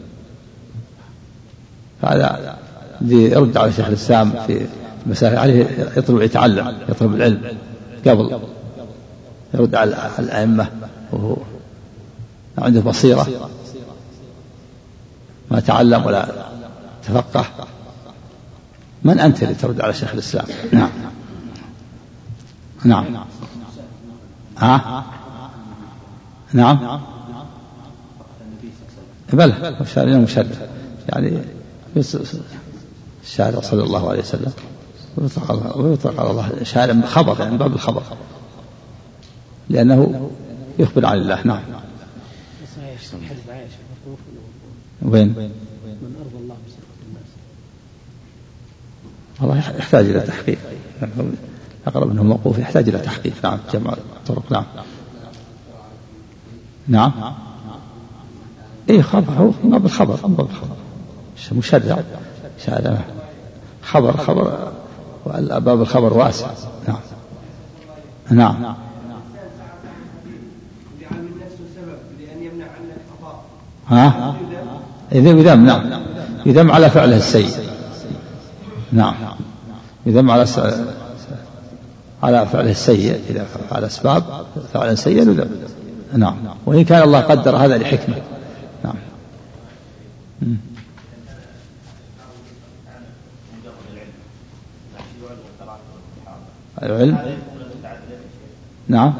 هذا يرد على شيخ الإسلام في مسائل عليه يطلب يتعلم يطلب العلم قبل يرد على الأئمة وهو عنده بصيرة ما تعلم ولا تفقه. من أنت اللي ترد على شيخ الإسلام؟ نعم. نعم. نعم. بلى مشارع يعني الشارع صلى الله عليه وسلم ويطلق على الله شارع خبر يعني باب الخبر لأنه يخبر عن الله. نعم. وين؟ من أرض الله بسرقة الناس. والله يحتاج إلى تحقيق، أقرب أنه موقوف يحتاج إلى تحقيق. نعم جمع الطرق. نعم. نعم. إيه خبر هو باب الخبر مشرع شارع خبر باب الخبر واسع. نعم. نعم. إذا يذم. نعم يذم على فعله السيء. نعم يذم على فعله السيء إذا فعل أسباب فعلا سيئا يذم. نعم وإن كان الله قدر هذا لحكمة. نعم. العلم. نعم.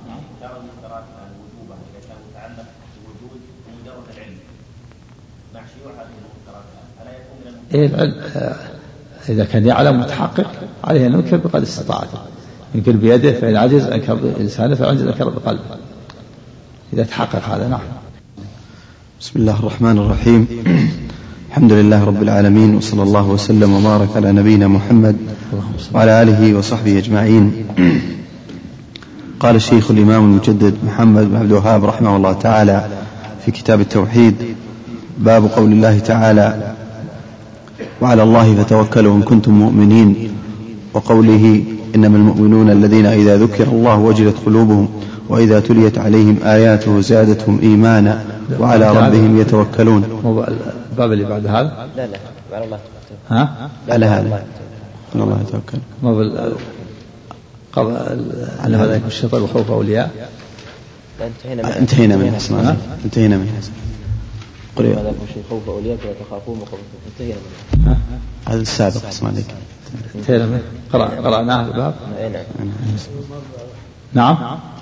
إذا كان يعلم متحقق عليه أن ينكر بقدر استطاعته، ينكر بيده فإن عجز أنكر بلسانه فإن عجز أنكر بقلبه إذا تحقق هذا. نعم. بسم الله الرحمن الرحيم. الحمد لله رب العالمين وصلى الله وسلم وبارك على نبينا محمد وعلى آله وصحبه أجمعين. قال الشيخ الإمام المجدد محمد بن عبد الوهاب رحمه الله تعالى في كتاب التوحيد: باب قول الله تعالى: وعلى الله فتوكلوا إن كنتم مؤمنين، وقوله: إنما المؤمنون الذين إذا ذكر الله وجلت قلوبهم وإذا تليت عليهم آياته زادتهم إيمانا وعلى ربهم يتوكلون. الباب اللي بعد هذا لا وعلى الله على هذا على الله يتوكل. على هذا يكون الشيطان وخوف أولياء. انتهينا من اسمه. انتهينا من اسمه. قل هذا شيء خوف أولياء فلا تخافون انتهينا منه. هذا السابق اسمع عليك. انتهينا منه. قرأناه الباب. نعم.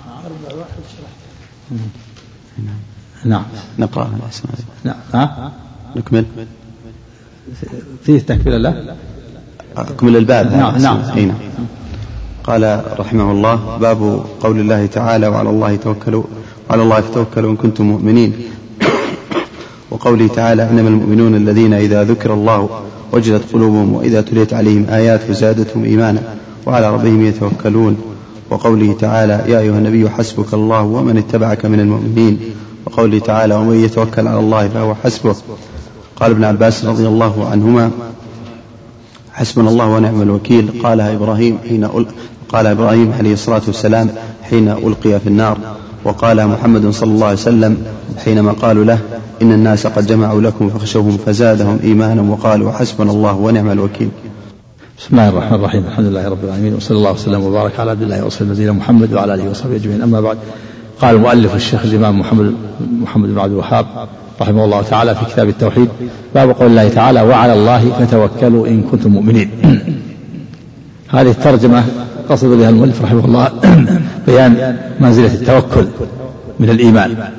نعم. نقرأ اسمع عليك. نعم. نكمل. فيه تكمل الله. أكمل الباب. نعم. قال رحمه الله: باب قول الله تعالى: وعلى الله توكلوا فتوكلوا إن كنتم مؤمنين، وقوله تعالى: إنما المؤمنون الذين إذا ذكر الله وجلت قلوبهم وإذا تليت عليهم آياته زادتهم إيمانا وعلى ربهم يتوكلون، وقوله تعالى: يا أيها النبي حسبك الله ومن اتبعك من المؤمنين، وقوله تعالى: ومن يتوكل على الله فهو حسبه. قال ابن عباس رضي الله عنهما: حسبنا الله ونعم الوكيل. قال إبراهيم عليه الصلاة والسلام حين ألقي في النار، وقال محمد صلى الله عليه وسلم حينما قالوا له: إن الناس قد جمعوا لكم فاخشوهم فزادهم إيمانا وقالوا حسبنا الله ونعم الوكيل. بسم الله الرحمن الرحيم. الحمد لله رب العالمين، وصلى الله وسلم وبارك على عبد الله ورسوله نبينا محمد وعلى آله وصحبه أجمعين. أما بعد، قال المؤلف الشيخ الإمام محمد بن عبد الوهاب رحمه الله تعالى في كتاب التوحيد: باب قول الله تعالى: وعلى الله فتوكلوا إن كنتم مؤمنين. هذه الترجمة قصد بها المؤلف رحمه الله بيان منزلة التوكل من الإيمان،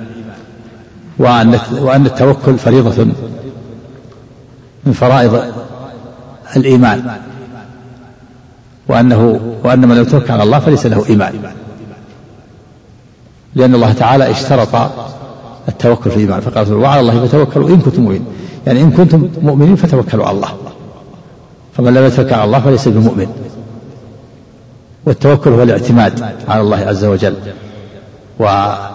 وأن التوكل فريضة من فرائض الإيمان، وأن من لم يتوكل على الله فليس له إيمان، لأن الله تعالى اشترط التوكل في الإيمان فقال: وعلى الله فتوكلوا إن كنتم مؤمنين، يعني إن كنتم مؤمنين فتوكلوا على الله، فمن لم يتوكل على الله فليس بمؤمن. والتوكل هو الاعتماد على الله عز وجل ومع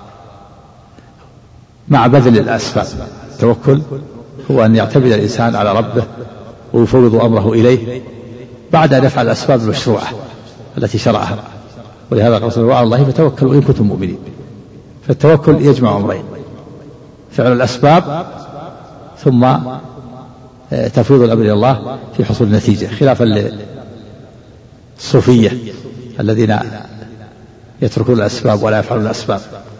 بذل الأسباب. التوكل هو أن يعتمد الإنسان على ربه ويفوض أمره إليه بعد أن يفعل الأسباب المشروعة التي شرعها، ولهذا قال: وعلى الله فتوكلوا إن كنتم مؤمنين. فالتوكل يجمع أمرين: فعل الأسباب ثم تفويض الأمر إلى الله في حصول النتيجة، خلافا للصوفية الذين يتركون الأسباب ولا يفعلون الأسباب.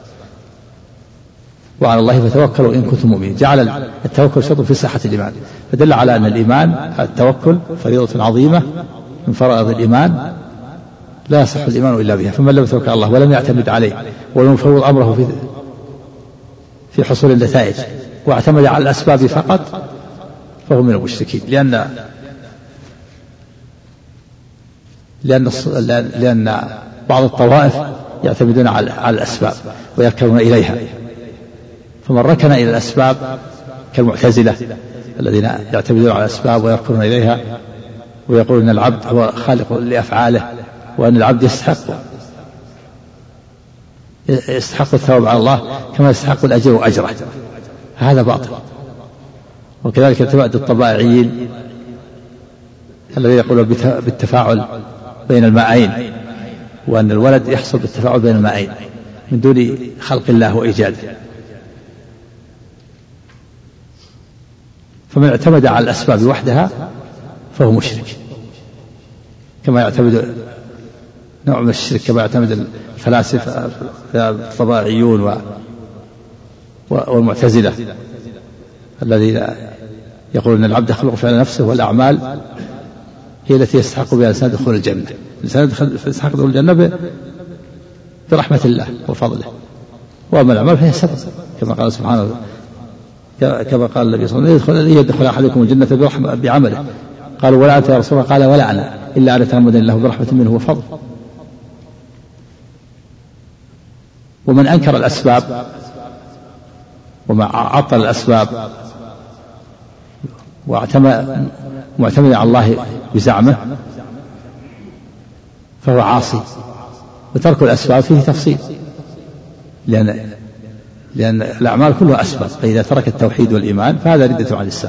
وعلى الله فتوكلوا إن كنتم مؤمنين، جعل التوكل شرط في صحة الإيمان، فدل على أن الإيمان التوكل فريضة عظيمة من فرائض الإيمان لا يصح الإيمان إلا بها. فمن لم يتوكل على الله ولم يعتمد عليه ولم يفوض أمره في حصول النتائج واعتمد على الأسباب فقط فهو من المشركين، لأن بعض الطوائف يعتمدون على الأسباب ويركنون إليها، فمن ركن إلى الأسباب كالمعتزلة الذين يعتمدون على الأسباب ويركنون إليها ويقولون أن العبد هو خالق لأفعاله، وأن العبد يستحق الثواب على الله كما يستحق الأجر وأجره، هذا باطل. وكذلك اعتماد الطبائعيين الذين يقولون بالتفاعل بين المائين، وأن الولد يحصل بالتفاعل بين المائين من دون خلق الله وإيجاده. فمن اعتمد على الأسباب وحدها فهو مشرك، كما يعتمد نوع من الشرك كما يعتمد الفلاسفة الطبائعيون والمعتزلة الذين يقولون أن العبد يخلق فعل نفسه والأعمال هي التي يستحق بها الإنسان دخول الجنة. الإنسان يستحق دخول الجنة برحمة الله وفضله، وأما الأعمال فهي سبب، كما قال سبحانه، كما قال النبي صلى الله عليه وسلم: يدخل أحدكم الجنة بعمله. قالوا: ولا أنت يا رسول الله؟ قال: ولا أنا، إلا أن يتغمدني الله برحمة منه وفضل. ومن أنكر الأسباب وما عطل الأسباب معتمد على الله بزعمه فهو عاصي وترك الأسباب فيه تفصيل، لأن الأعمال كلها أسباب، فإذا ترك التوحيد والإيمان فهذا ردة عن الإسلام.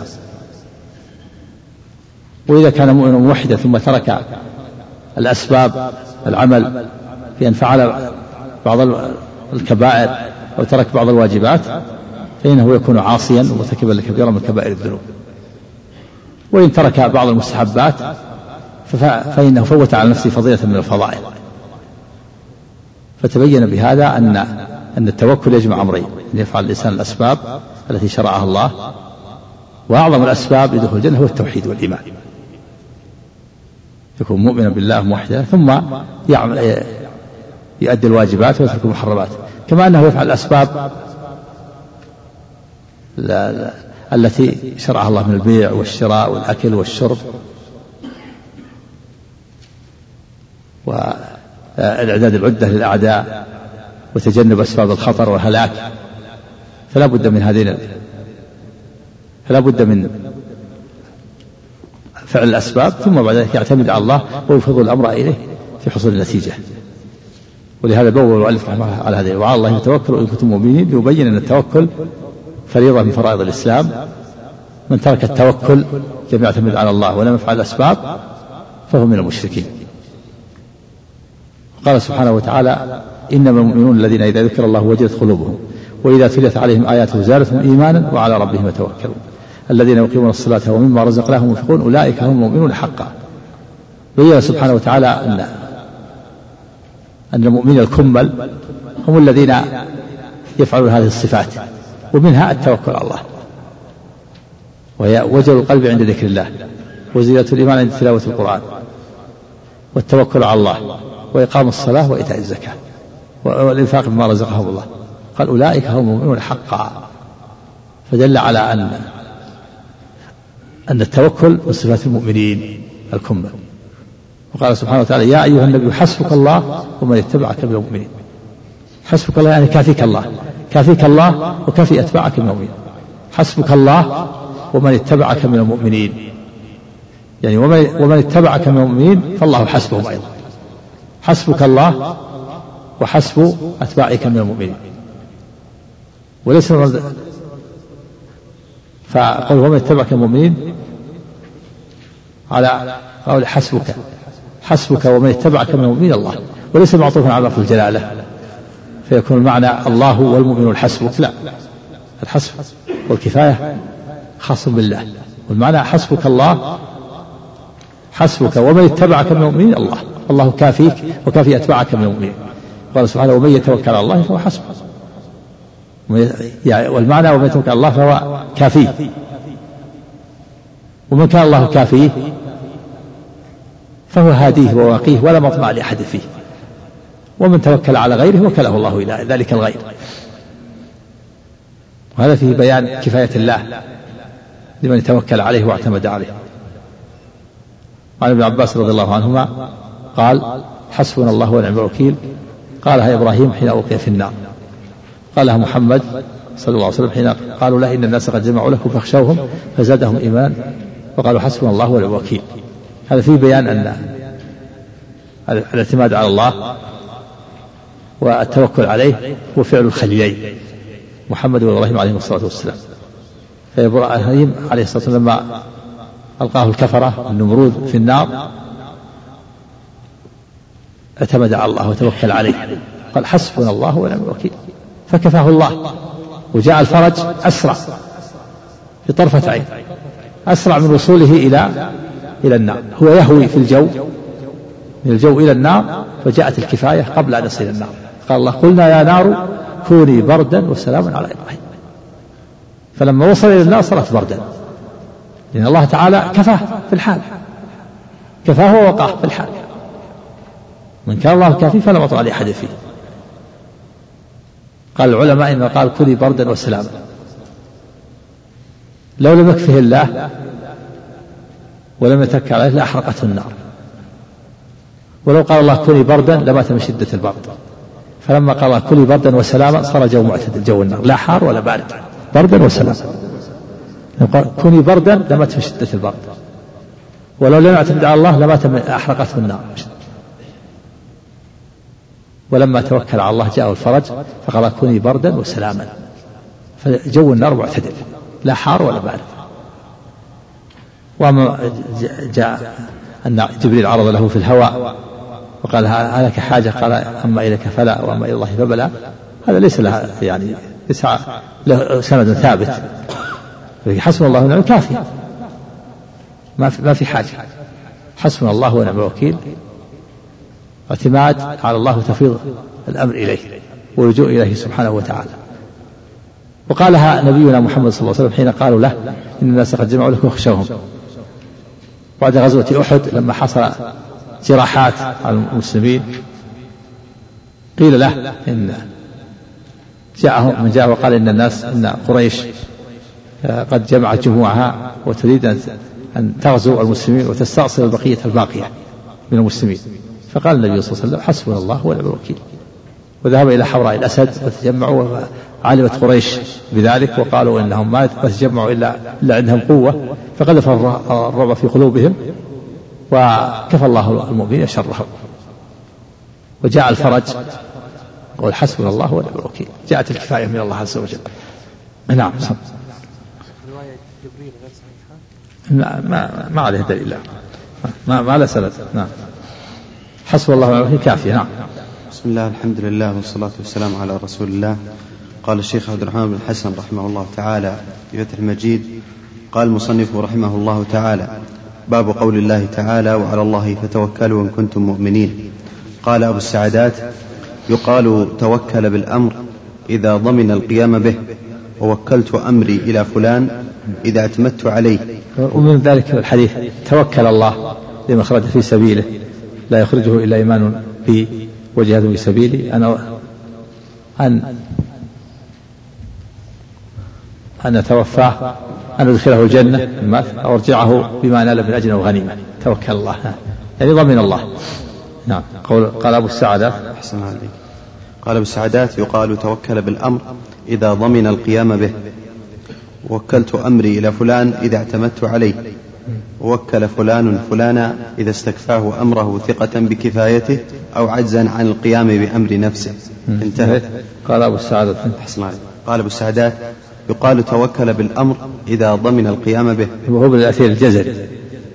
وإذا كان مؤمنا موحدا ثم ترك الأسباب العمل في أن فعل بعض الكبائر أو ترك بعض الواجبات فإنه يكون عاصيا ومرتكبا لكبيرة من كبائر الذنوب. وإن ترك بعض المستحبات فإنه فوت على نفسه فضيلة من الفضائل. فتبين بهذا أن التوكل يجمع أمرين، أن يفعل الإنسان الأسباب التي شرعها الله، وأعظم الأسباب لدخول الجنة هو التوحيد والإيمان، يكون مؤمنا بالله موحدا ثم يؤدي الواجبات ويترك المحرمات، كما أنه يفعل الأسباب التي شرعها الله من البيع والشراء والأكل والشرب والإعداد العدة للأعداء وتجنب أسباب الخطر والهلاك. فلا بد من هذين، فلا بد من فعل الأسباب ثم بعد ذلك يعتمد على الله ويفوض الأمر إليه في حصول النتيجة. ولهذا بوّل المؤلف رحمه الله على هذه: وعلى الله يتوكل إن كنتم مؤمنين، ليبين أن التوكل فريضة من فرائض الإسلام. من ترك التوكل لم يعتمد على الله ولم يفعل الأسباب فهو من المشركين. قال سبحانه وتعالى: إنما المؤمنون الذين إذا ذكر الله وجلت قلوبهم وإذا تليت عليهم آياته زادتهم إيمانا وعلى ربهم يتوكلون الذين يقيمون الصلاة ومما رزقناهم ينفقون أولئك هم المؤمنون حقا. بين سبحانه وتعالى أن المؤمنين الكمل هم الذين يفعلون هذه الصفات، ومنها التوكل على الله، وهي وجل القلب عند ذكر الله، وزيادة الإيمان عند تلاوة القرآن، والتوكل على الله، وإقام الصلاة وإيتاء الزكاة، والإنفاق مما رزقهم الله. قال: أولئك هم المؤمنون حقا. فدل على أن التوكل من صفات المؤمنين الكمل. وقال سبحانه وتعالى: يا أيها النبي حسبك الله ومن اتبعك من المؤمنين. حسبك الله يعني كافيك الله، كافيك الله وكافي أتباعك من المؤمنين. حسبك الله ومن اتبعك من المؤمنين، يعني ومن اتبعك من المؤمنين فالله حسبهم أيضا. حسبك الله وحسب أتباعك من المؤمنين، وليس فقال ومن اتبعك من المؤمنين على قول حسبك ومن اتبعك من المؤمنين الله، وليس معطوفا على لفظ الجلالة فيكون المعنى الله والمؤمنون حسبك. لا، الحسب والكفاية خاص بالله، والمعنى حسبك الله، حسبك ومن اتبعك من المؤمنين الله، الله كافيك وكافي أتباعك من المؤمنين. قال سبحانه: ومن يتوكل على الله فهو حسبه. والمعنى ومن يتوكل على الله فهو كافيه، ومن كان الله كافيه فهو هاديه وواقيه ولا مطمع لأحد فيه، ومن توكل على غيره وكله الله إلى ذلك الغير. وهذا فيه بيان كفاية الله لمن يتوكل عليه واعتمد عليه. عن ابن عباس رضي الله عنهما قال: حسبنا الله ونعم الوكيل. قالها إبراهيم حين ألقي في النار، قالها محمد صلى الله عليه وسلم حين قالوا له إن الناس قد جمعوا لكم فاخشوهم فزادهم إيمان وقالوا حسبنا الله ونعم الوكيل. هذا فيه بيان أن الاعتماد على الله والتوكل عليه هو فعل الخليلين محمد وإبراهيم عليهم الصلاة والسلام. فإبراهيم عليه الصلاة والسلام لما ألقاه الكفرة النمرود في النار اعتمد على الله وتوكل عليه، قال حسبنا الله ونعم الوكيل، فكفاه الله، وجاء الفرج أسرع في طرفة عين، أسرع من وصوله إلى النار. هو يهوي في الجو، من الجو إلى النار، فجاءت الكفاية قبل أن يصل النار. قال الله: قلنا يا نار كوني بردا وسلاما على إبراهيم. فلما وصل إلى النار صارت بردا، لأن الله تعالى كفاه في الحال، كفاه ووقاه في الحال. من كان الله كافي فلا مطمع لأحد فيه. قال العلماء إنه قال كوني بردا وسلاما، لو لم يكفه الله ولم يتك عليه لأحرقته النار، ولو قال الله كوني بردا لمات من شدة البرد. فلما قال الله كوني بردا وسلاما صار جو معتدل، جو النار لا حار ولا بارد، بردا وسلاما. كوني بردا لمات من شدة البرد، ولو لم يعتمد على الله لمات من أحرقته النار. ولما توكل على الله جاءه الفرج فقال كوني بردا وسلاما. فجو النار معتدل لا حار ولا بارد. وما جاء أن جبريل عرض له في الهواء وقال هل لك حاجة؟ قال أما إليك فلا وأما إلى الله فبلا. هذا ليس له يعني ليس له سند ثابت. حسبنا الله ونعم الوكيل ما في حاجة. حسبنا الله ونعم الوكيل اعتماد على الله وتفويض الأمر إليه ورجوع إليه سبحانه وتعالى. وقالها نبينا محمد صلى الله عليه وسلم حين قالوا له إن الناس قد جمعوا لكم فاخشوهم بعد غزوة أحد لما حصل جراحات على المسلمين. قيل له إن جاءهم من جاء وقال إن قريش قد جمعت جموعها وتريد أن تغزو المسلمين وتستأصل البقية الباقية من المسلمين. فقال النبي صلى الله عليه وسلم حسبنا الله ونعم الوكيل. وذهب إلى حوراء الأسد وتجمعوا. علمت قريش بذلك وقالوا إنهم ما تجمعوا إلا عندهم قوة فقذف الرعب في قلوبهم وكفى الله المؤمنين شرهم وجاء الفرج. قول حسبنا الله ونعم الوكيل. جاءت الكفاية من الله عز وجل. نعم. رواية جبريل غير صحيحة. ما عليه دليل. ما له سند. نعم. حسب الله ونعم الوكيل كافية. نعم. بسم الله الحمد لله والصلاة والسلام على رسول الله. قال الشيخ عبد الرحمن بن حسن رحمه الله تعالى في فتح المجيد قال المصنف رحمه الله تعالى باب قول الله تعالى وعلى الله فتوكلوا إن كنتم مؤمنين. قال أبو السعدات يقال توكل بالأمر إذا ضمن القيام به ووكلت أمري إلى فلان إذا اعتمدت عليه. ومن ذلك الحديث توكل الله لمن خرج في سبيله لا يخرجه إلا إيمان بي وجهاد في سبيلي أن أتوفاه أن أدخله الجنة أو أرجعه بما نال من أجر وغنيمة. توكل الله يعني ضمن الله. نعم. قال أبو السعدات أحسن عليك. قال أبو السعدات يقال توكل بالأمر إذا ضمن القيام به ووكلت أمري إلى فلان إذا اعتمدت عليه ووكل فلان فلانا إذا استكفاه أمره ثقة بكفايته أو عجزا عن القيام بأمر نفسه. انتهى. قال أبو السعدات قال أبو السعدات يقال توكل بالأمر إذا ضمن القيام به. وهو بالأثير الجزري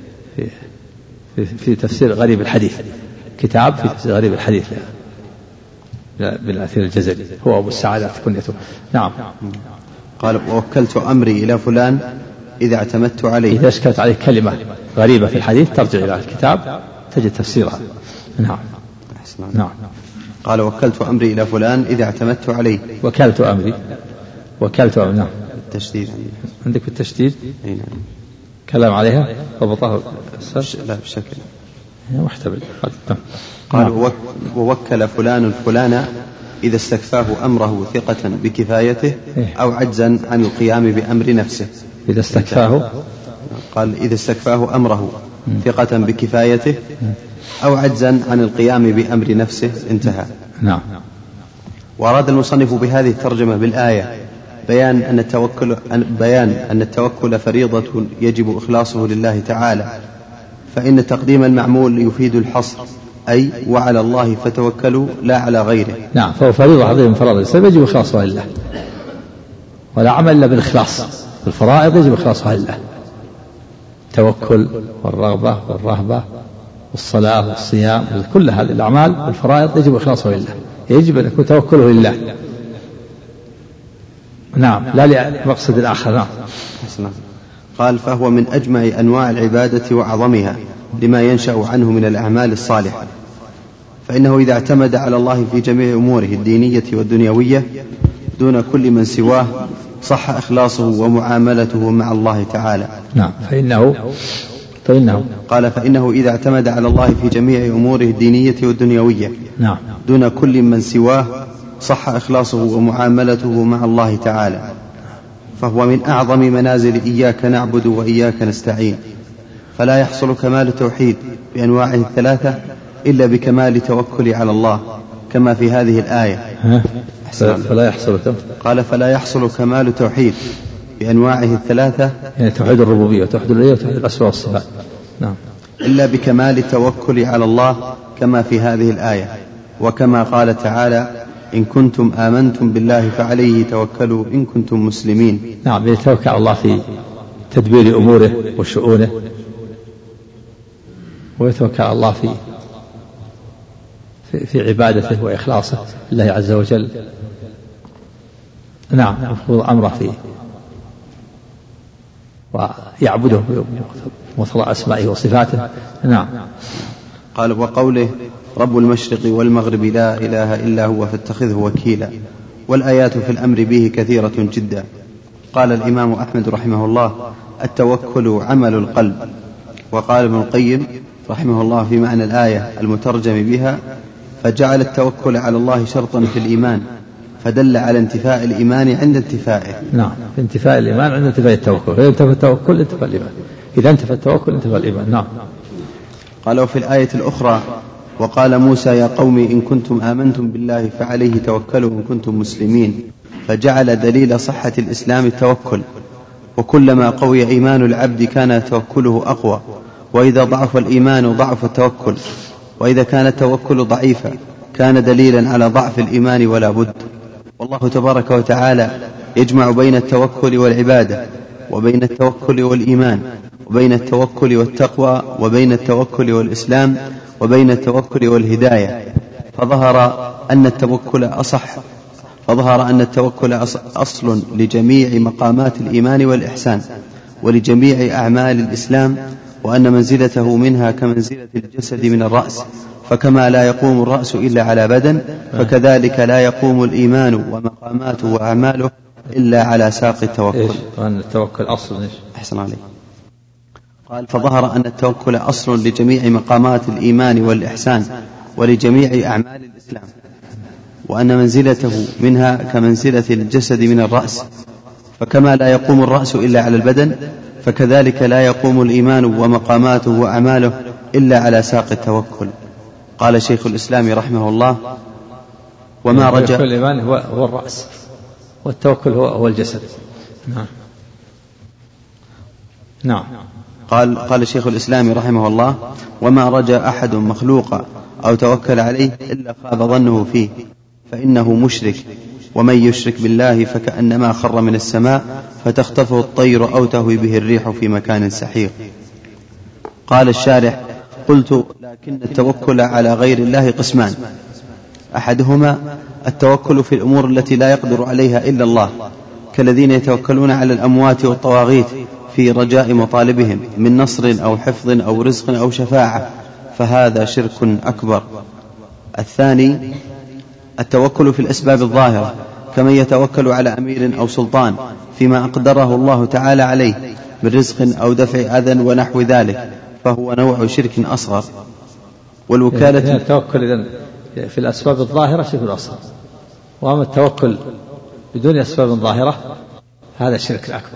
في تفسير غريب الحديث. كتاب في تفسير غريب الحديث بالأثير الجزري هو أبو السعدات كنيته. نعم. قال ووكلت أمري إلى فلان إذا اعتمدت عليه. إذا اشكلت عليه كلمة غريبة في الحديث ترجع إلى الكتاب تجد تفسيرها. نعم. نعم. قال وكلت أمري إلى فلان إذا اعتمدت عليه. وكلت أمري. نعم. التشديد عندك بالتشديد. نعم. كلام عليها ضبطه لا بشكل محتمل. قال ووكل فلان فلانا إذا استكفاه أمره ثقة بكفايته أو عجزا عن القيام بأمر نفسه. إذا استكفاه قال إذا استكفاه أمره ثقة بكفايته أو عجزا عن القيام بأمر نفسه. انتهى. نعم. وأراد المصنف بهذه الترجمة بالآية بيان أن التوكل فريضة يجب إخلاصه لله تعالى، فإن تقديم المعمول يفيد الحصر، أي وعلى الله فتوكلوا لا على غيره. نعم. فهو فريضة عظيمة من فرائض الإسلام يجب إخلاصها لله، ولا عمل إلا بالإخلاص. الفرائض يجب إخلاصها لله. التوكل والرغبة والرهبة والصلاة والصيام كل هذه الأعمال والفرائض يجب إخلاصها لله، يجب أن يكون توكله لله. نعم. لا لمقصد الآخر. نعم. قال فهو من أجمع أنواع العبادة وأعظمها لما ينشأ عنه من الأعمال الصالحة، فإنه إذا اعتمد على الله في جميع أموره الدينية والدنيوية دون كل من سواه صح إخلاصه ومعاملته مع الله تعالى. نعم. فإنه قال فإنه إذا اعتمد على الله في جميع أموره الدينية والدنيوية نعم دون كل من سواه صح إخلاصه ومعاملته مع الله تعالى، فهو من أعظم منازل إياك نعبد وإياك نستعين، فلا يحصل كمال التوحيد بأنواعه الثلاثة إلا بكمال التوكل على الله كما في هذه الآية. فلا يحصل قال فلا يحصل كمال التوحيد بأنواعه الثلاثة، يعني توحيد الربوبية وتوحيد الألوهية وتوحيد الأسماء والصفات، نعم، إلا بكمال التوكل على الله كما في هذه الآية. وكما قال تعالى إن كنتم آمنتم بالله فعليه توكلوا إن كنتم مسلمين. نعم، يتوكل على الله في تدبير أموره وشؤونه، ويتوكل على الله في عبادته وإخلاصه لله عز وجل. نعم، يفوض أمره فيه ويعبده بمطلع أسمائه وصفاته. نعم. قال وقوله رب المشرق والمغرب لا إله إلا هو فاتخذه وكيلا، والآيات في الأمر به كثيرة جدا. قال الإمام أحمد رحمه الله التوكل عمل القلب. وقال ابن القيم رحمه الله في معنى الآية المترجم بها فجعل التوكل على الله شرطا في الإيمان، فدل على انتفاء الإيمان عند انتفائه. نعم، انتفاء الإيمان عند انتفاء التوكل، إذا انتفى التوكل انتفى الإيمان، إذا انتفى التوكل انتفى الإيمان. نعم. قالوا في الآية الأخرى وقال موسى يا قوم إن كنتم آمنتم بالله فعليه توكلوا إن كنتم مسلمين، فجعل دليل صحة الإسلام التوكل، وكلما قوي إيمان العبد كان توكله أقوى، وإذا ضعف الإيمان ضعف التوكل، وإذا كان التوكل ضعيفا كان دليلا على ضعف الإيمان ولا بد. والله تبارك وتعالى يجمع بين التوكل والعبادة، وبين التوكل والإيمان، وبين التوكل والتقوى، وبين التوكل والإسلام، وبين التوكل والهداية. فظهر أن التوكل أصل لجميع مقامات الإيمان والإحسان ولجميع أعمال الإسلام، وأن منزلته منها كمنزلة الجسد من الرأس، فكما لا يقوم الرأس إلا على بدن فكذلك لا يقوم الإيمان ومقاماته وأعماله إلا على ساق التوكل. وأن التوكل أصل أحسن عليك. قال فظهر أن التوكل أصل لجميع مقامات الإيمان والإحسان ولجميع أعمال الإسلام، وأن منزلته منها كمنزلة الجسد من الرأس، فكما لا يقوم الرأس إلا على البدن فكذلك لا يقوم الإيمان ومقاماته وأعماله إلا على ساق التوكل. قال شيخ الإسلام رحمه الله وما رجع الإيمان هو الرأس، والتوكل هو الجسد. نعم. نعم. قال شيخ الإسلام رحمه الله وما رجا أحد مخلوقا أو توكل عليه إلا خاب ظنه فيه، فإنه مشرك، ومن يشرك بالله فكأنما خر من السماء فتخطفه الطير أو تهوي به الريح في مكان سحيق. قال الشارح قلت لكن التوكل على غير الله قسمان، أحدهما التوكل في الأمور التي لا يقدر عليها إلا الله، كالذين يتوكلون على الأموات والطواغيت في رجاء مطالبهم من نصر أو حفظ أو رزق أو شفاعة، فهذا شرك أكبر. الثاني التوكل في الأسباب الظاهرة، كمن يتوكل على أمير أو سلطان فيما أقدره الله تعالى عليه من رزق أو دفع أذى ونحو ذلك، فهو نوع شرك أصغر. والوكالة التوكل في الأسباب الظاهرة شرك أصغر، وأما التوكل بدون أسباب ظاهرة هذا شرك أكبر.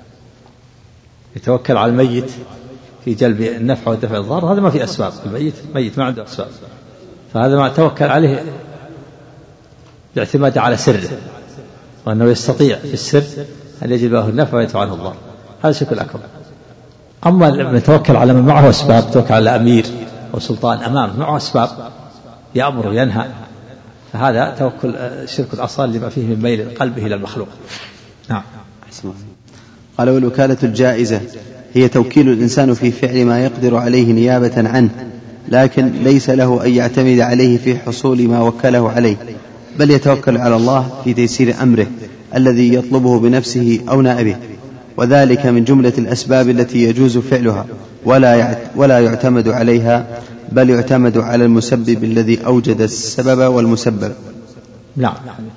يتوكل على الميت في جلب النفع ودفع الضر، هذا ما في أسباب، الميت ميت ما عنده أسباب، فهذا ما توكل عليه باعتماد على سره، وأنه يستطيع في السر أن يجب له النفع ويدفع عنه الضر، هذا شرك أكبر. أما من يتوكل على من معه أسباب، توكل على أمير أو سلطان أمامه معه أسباب يأمر وينهى، فهذا توكل شرك الأصغر لما فيه من ميل قلبه إلى المخلوق. نعم. قال والوكالة الجائزة هي توكيل الإنسان في فعل ما يقدر عليه نيابة عنه، لكن ليس له أن يعتمد عليه في حصول ما وكله عليه، بل يتوكل على الله في تيسير أمره الذي يطلبه بنفسه أو نائبه، وذلك من جملة الأسباب التي يجوز فعلها ولا يعتمد عليها، بل يعتمد على المسبب الذي أوجد السبب والمسبب. نعم.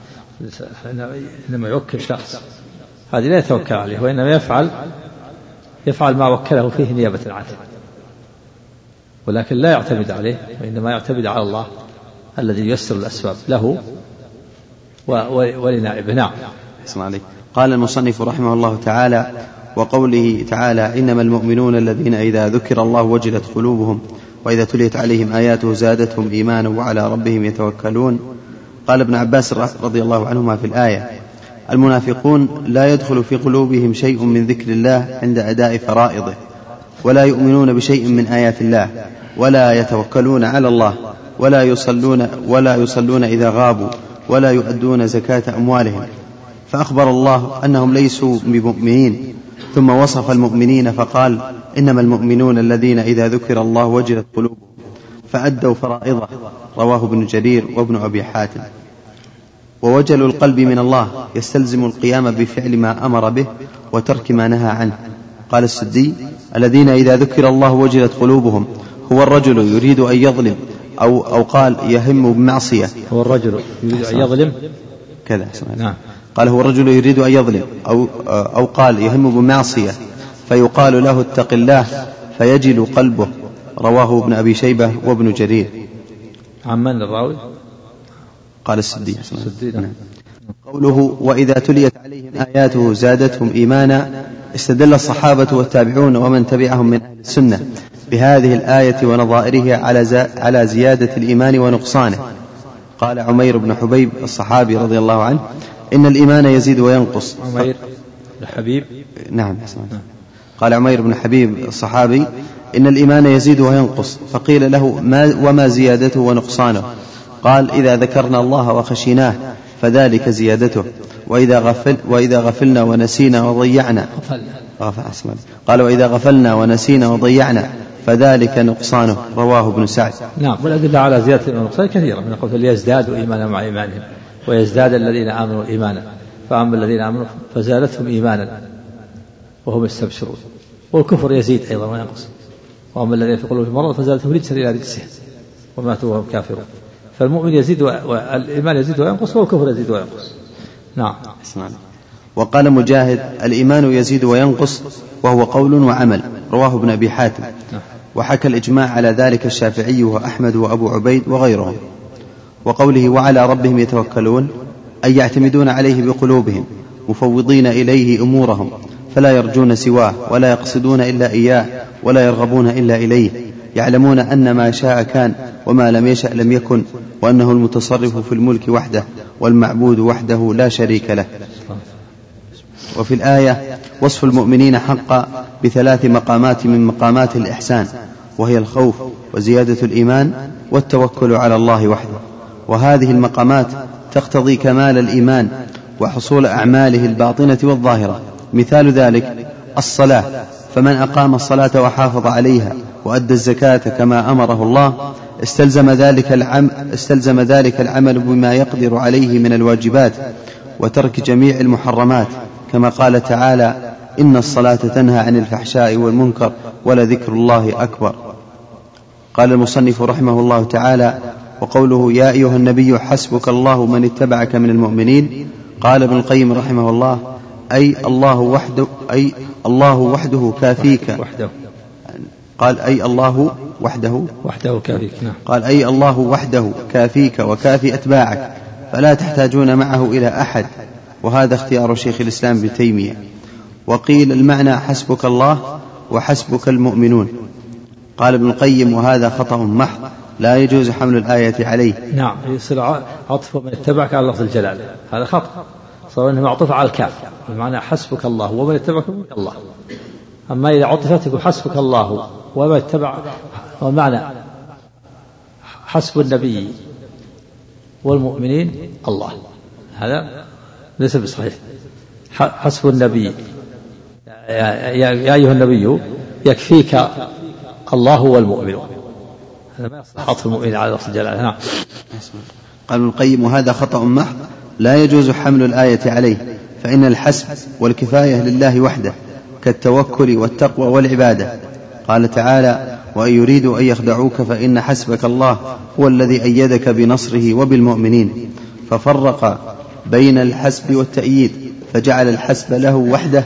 إنما يوكل شخص هذه لا يتوكل عليه، وإنما يفعل ما وكله فيه نيابة عنه، ولكن لا يعتمد عليه، وإنما يعتمد على الله الذي ييسر الأسباب له ولنائبه. نعم. قال المصنف رحمه الله تعالى وقوله تعالى إنما المؤمنون الذين إذا ذكر الله وجلت قلوبهم وإذا تليت عليهم آياته زادتهم إيمانا وعلى ربهم يتوكلون. قال ابن عباس رضي الله عنهما في الآية المنافقون لا يدخل في قلوبهم شيء من ذكر الله عند أداء فرائضه، ولا يؤمنون بشيء من آيات الله، ولا يتوكلون على الله، ولا يصلون إذا غابوا ولا يؤدون زكاة أموالهم، فأخبر الله أنهم ليسوا بمؤمنين، ثم وصف المؤمنين فقال إنما المؤمنون الذين إذا ذكر الله وجلت قلوبهم فأدوا فرائضه، رواه ابن جرير وابن أبي حاتم. ووجل القلب من الله يستلزم القيام بفعل ما أمر به وترك ما نهى عنه. قال السدي الذين إذا ذكر الله وجلت قلوبهم هو الرجل يريد أن يظلم أو قال يهم بمعصية. هو الرجل يريد أن يظلم كذا. نعم. قال هو الرجل يريد أن يظلم أو قال يهم بمعصية فيقال له اتق الله فيجل قلبه، رواه ابن أبي شيبة وابن جرير. عمن الراوي؟ قال السدي. نعم. قوله وإذا تليت عليهم آياته زادتهم إيمانا، استدل الصحابة والتابعون ومن تبعهم من أهل السنة بهذه الآية ونظائرها على زيادة الإيمان ونقصانه. قال عمير بن حبيب الصحابي رضي الله عنه إن الإيمان يزيد وينقص. عمير بن حبيب. نعم. قال عمير بن حبيب الصحابي إن الإيمان يزيد وينقص، فقيل له وما زيادته ونقصانه؟ قال إذا ذكرنا الله وخشيناه فذلك زيادته، وإذا غفلنا ونسينا وضيعنا قال وإذا غفلنا ونسينا وضيعنا فذلك نقصانه، رواه ابن سعد. نعم. والأدلة على زيادة النقصان كثيرة، من قول ليزدادوا إيمانا مع إيمانهم ويزداد الذين آمنوا إيمانا، فأما الذين آمنوا فزادتهم إيمانا وهم يستبشرون. والكفر يزيد أيضا وينقص، وأما الذين في قلوبهم مرض فزادتهم رجسا إلى رجسهم وماتوا وهم كافرون. فالمؤمن يزيد والإيمان يزيد وينقص، والكفر يزيد وينقص. نعم. وقال مجاهد الإيمان يزيد وينقص وهو قول وعمل، رواه ابن أبي حاتم. وحكى الإجماع على ذلك الشافعي وأحمد وأبو عبيد وغيرهم. وقوله وعلى ربهم يتوكلون أي يعتمدون عليه بقلوبهم مفوضين إليه أمورهم، فلا يرجون سواه ولا يقصدون إلا إياه ولا يرغبون إلا إليه، يعلمون أن ما شاء كان وما لم يشأ لم يكن، وأنه المتصرف في الملك وحده والمعبود وحده لا شريك له. وفي الآية وصف المؤمنين حقا بثلاث مقامات من مقامات الإحسان، وهي الخوف وزيادة الإيمان والتوكل على الله وحده. وهذه المقامات تقتضي كمال الإيمان وحصول أعماله الباطنة والظاهرة. مثال ذلك الصلاة، فمن أقام الصلاة وحافظ عليها وأدى الزكاة كما أمره الله استلزم ذلك العمل بما يقدر عليه من الواجبات وترك جميع المحرمات، كما قال تعالى إن الصلاة تنهى عن الفحشاء والمنكر ولذكر الله أكبر. قال المصنف رحمه الله تعالى وقوله يا أيها النبي حسبك الله من اتبعك من المؤمنين، قال ابن القيم رحمه الله أي الله وحده كافيك. قال أي الله وحده كافيك. قال أي الله وحده كافيك وكافي أتباعك، فلا تحتاجون معه إلى أحد. وهذا اختيار شيخ الإسلام ابن تيمية. وقيل المعنى حسبك الله وحسبك المؤمنون. قال ابن القيم وهذا خطأ محض لا يجوز حمل الآية عليه. نعم. يصير عطف من اتبعك على لفظ الجلال، هذا خطأ، صار انه معطوف على الكاف، بمعنى حسبك الله ومن اتبعك من الله. اما اذا عطفت يقول حسبك الله ومن اتبع، ومعنى حسب النبي والمؤمنين الله، هذا ليس بصحيح. حسب النبي يا أيها النبي يكفيك الله والمؤمنون، هذا ما يصح عطف المؤمن على لفظ الجلالة. نعم. قال ابن القيم وهذا خطأ محض لا يجوز حمل الآية عليه، فإن الحسب والكفاية لله وحده كالتوكل والتقوى والعبادة. قال تعالى وإن يريدوا أن يخدعوك فإن حسبك الله هو الذي أيدك بنصره وبالمؤمنين، ففرق بين الحسب والتأييد، فجعل الحسب له وحده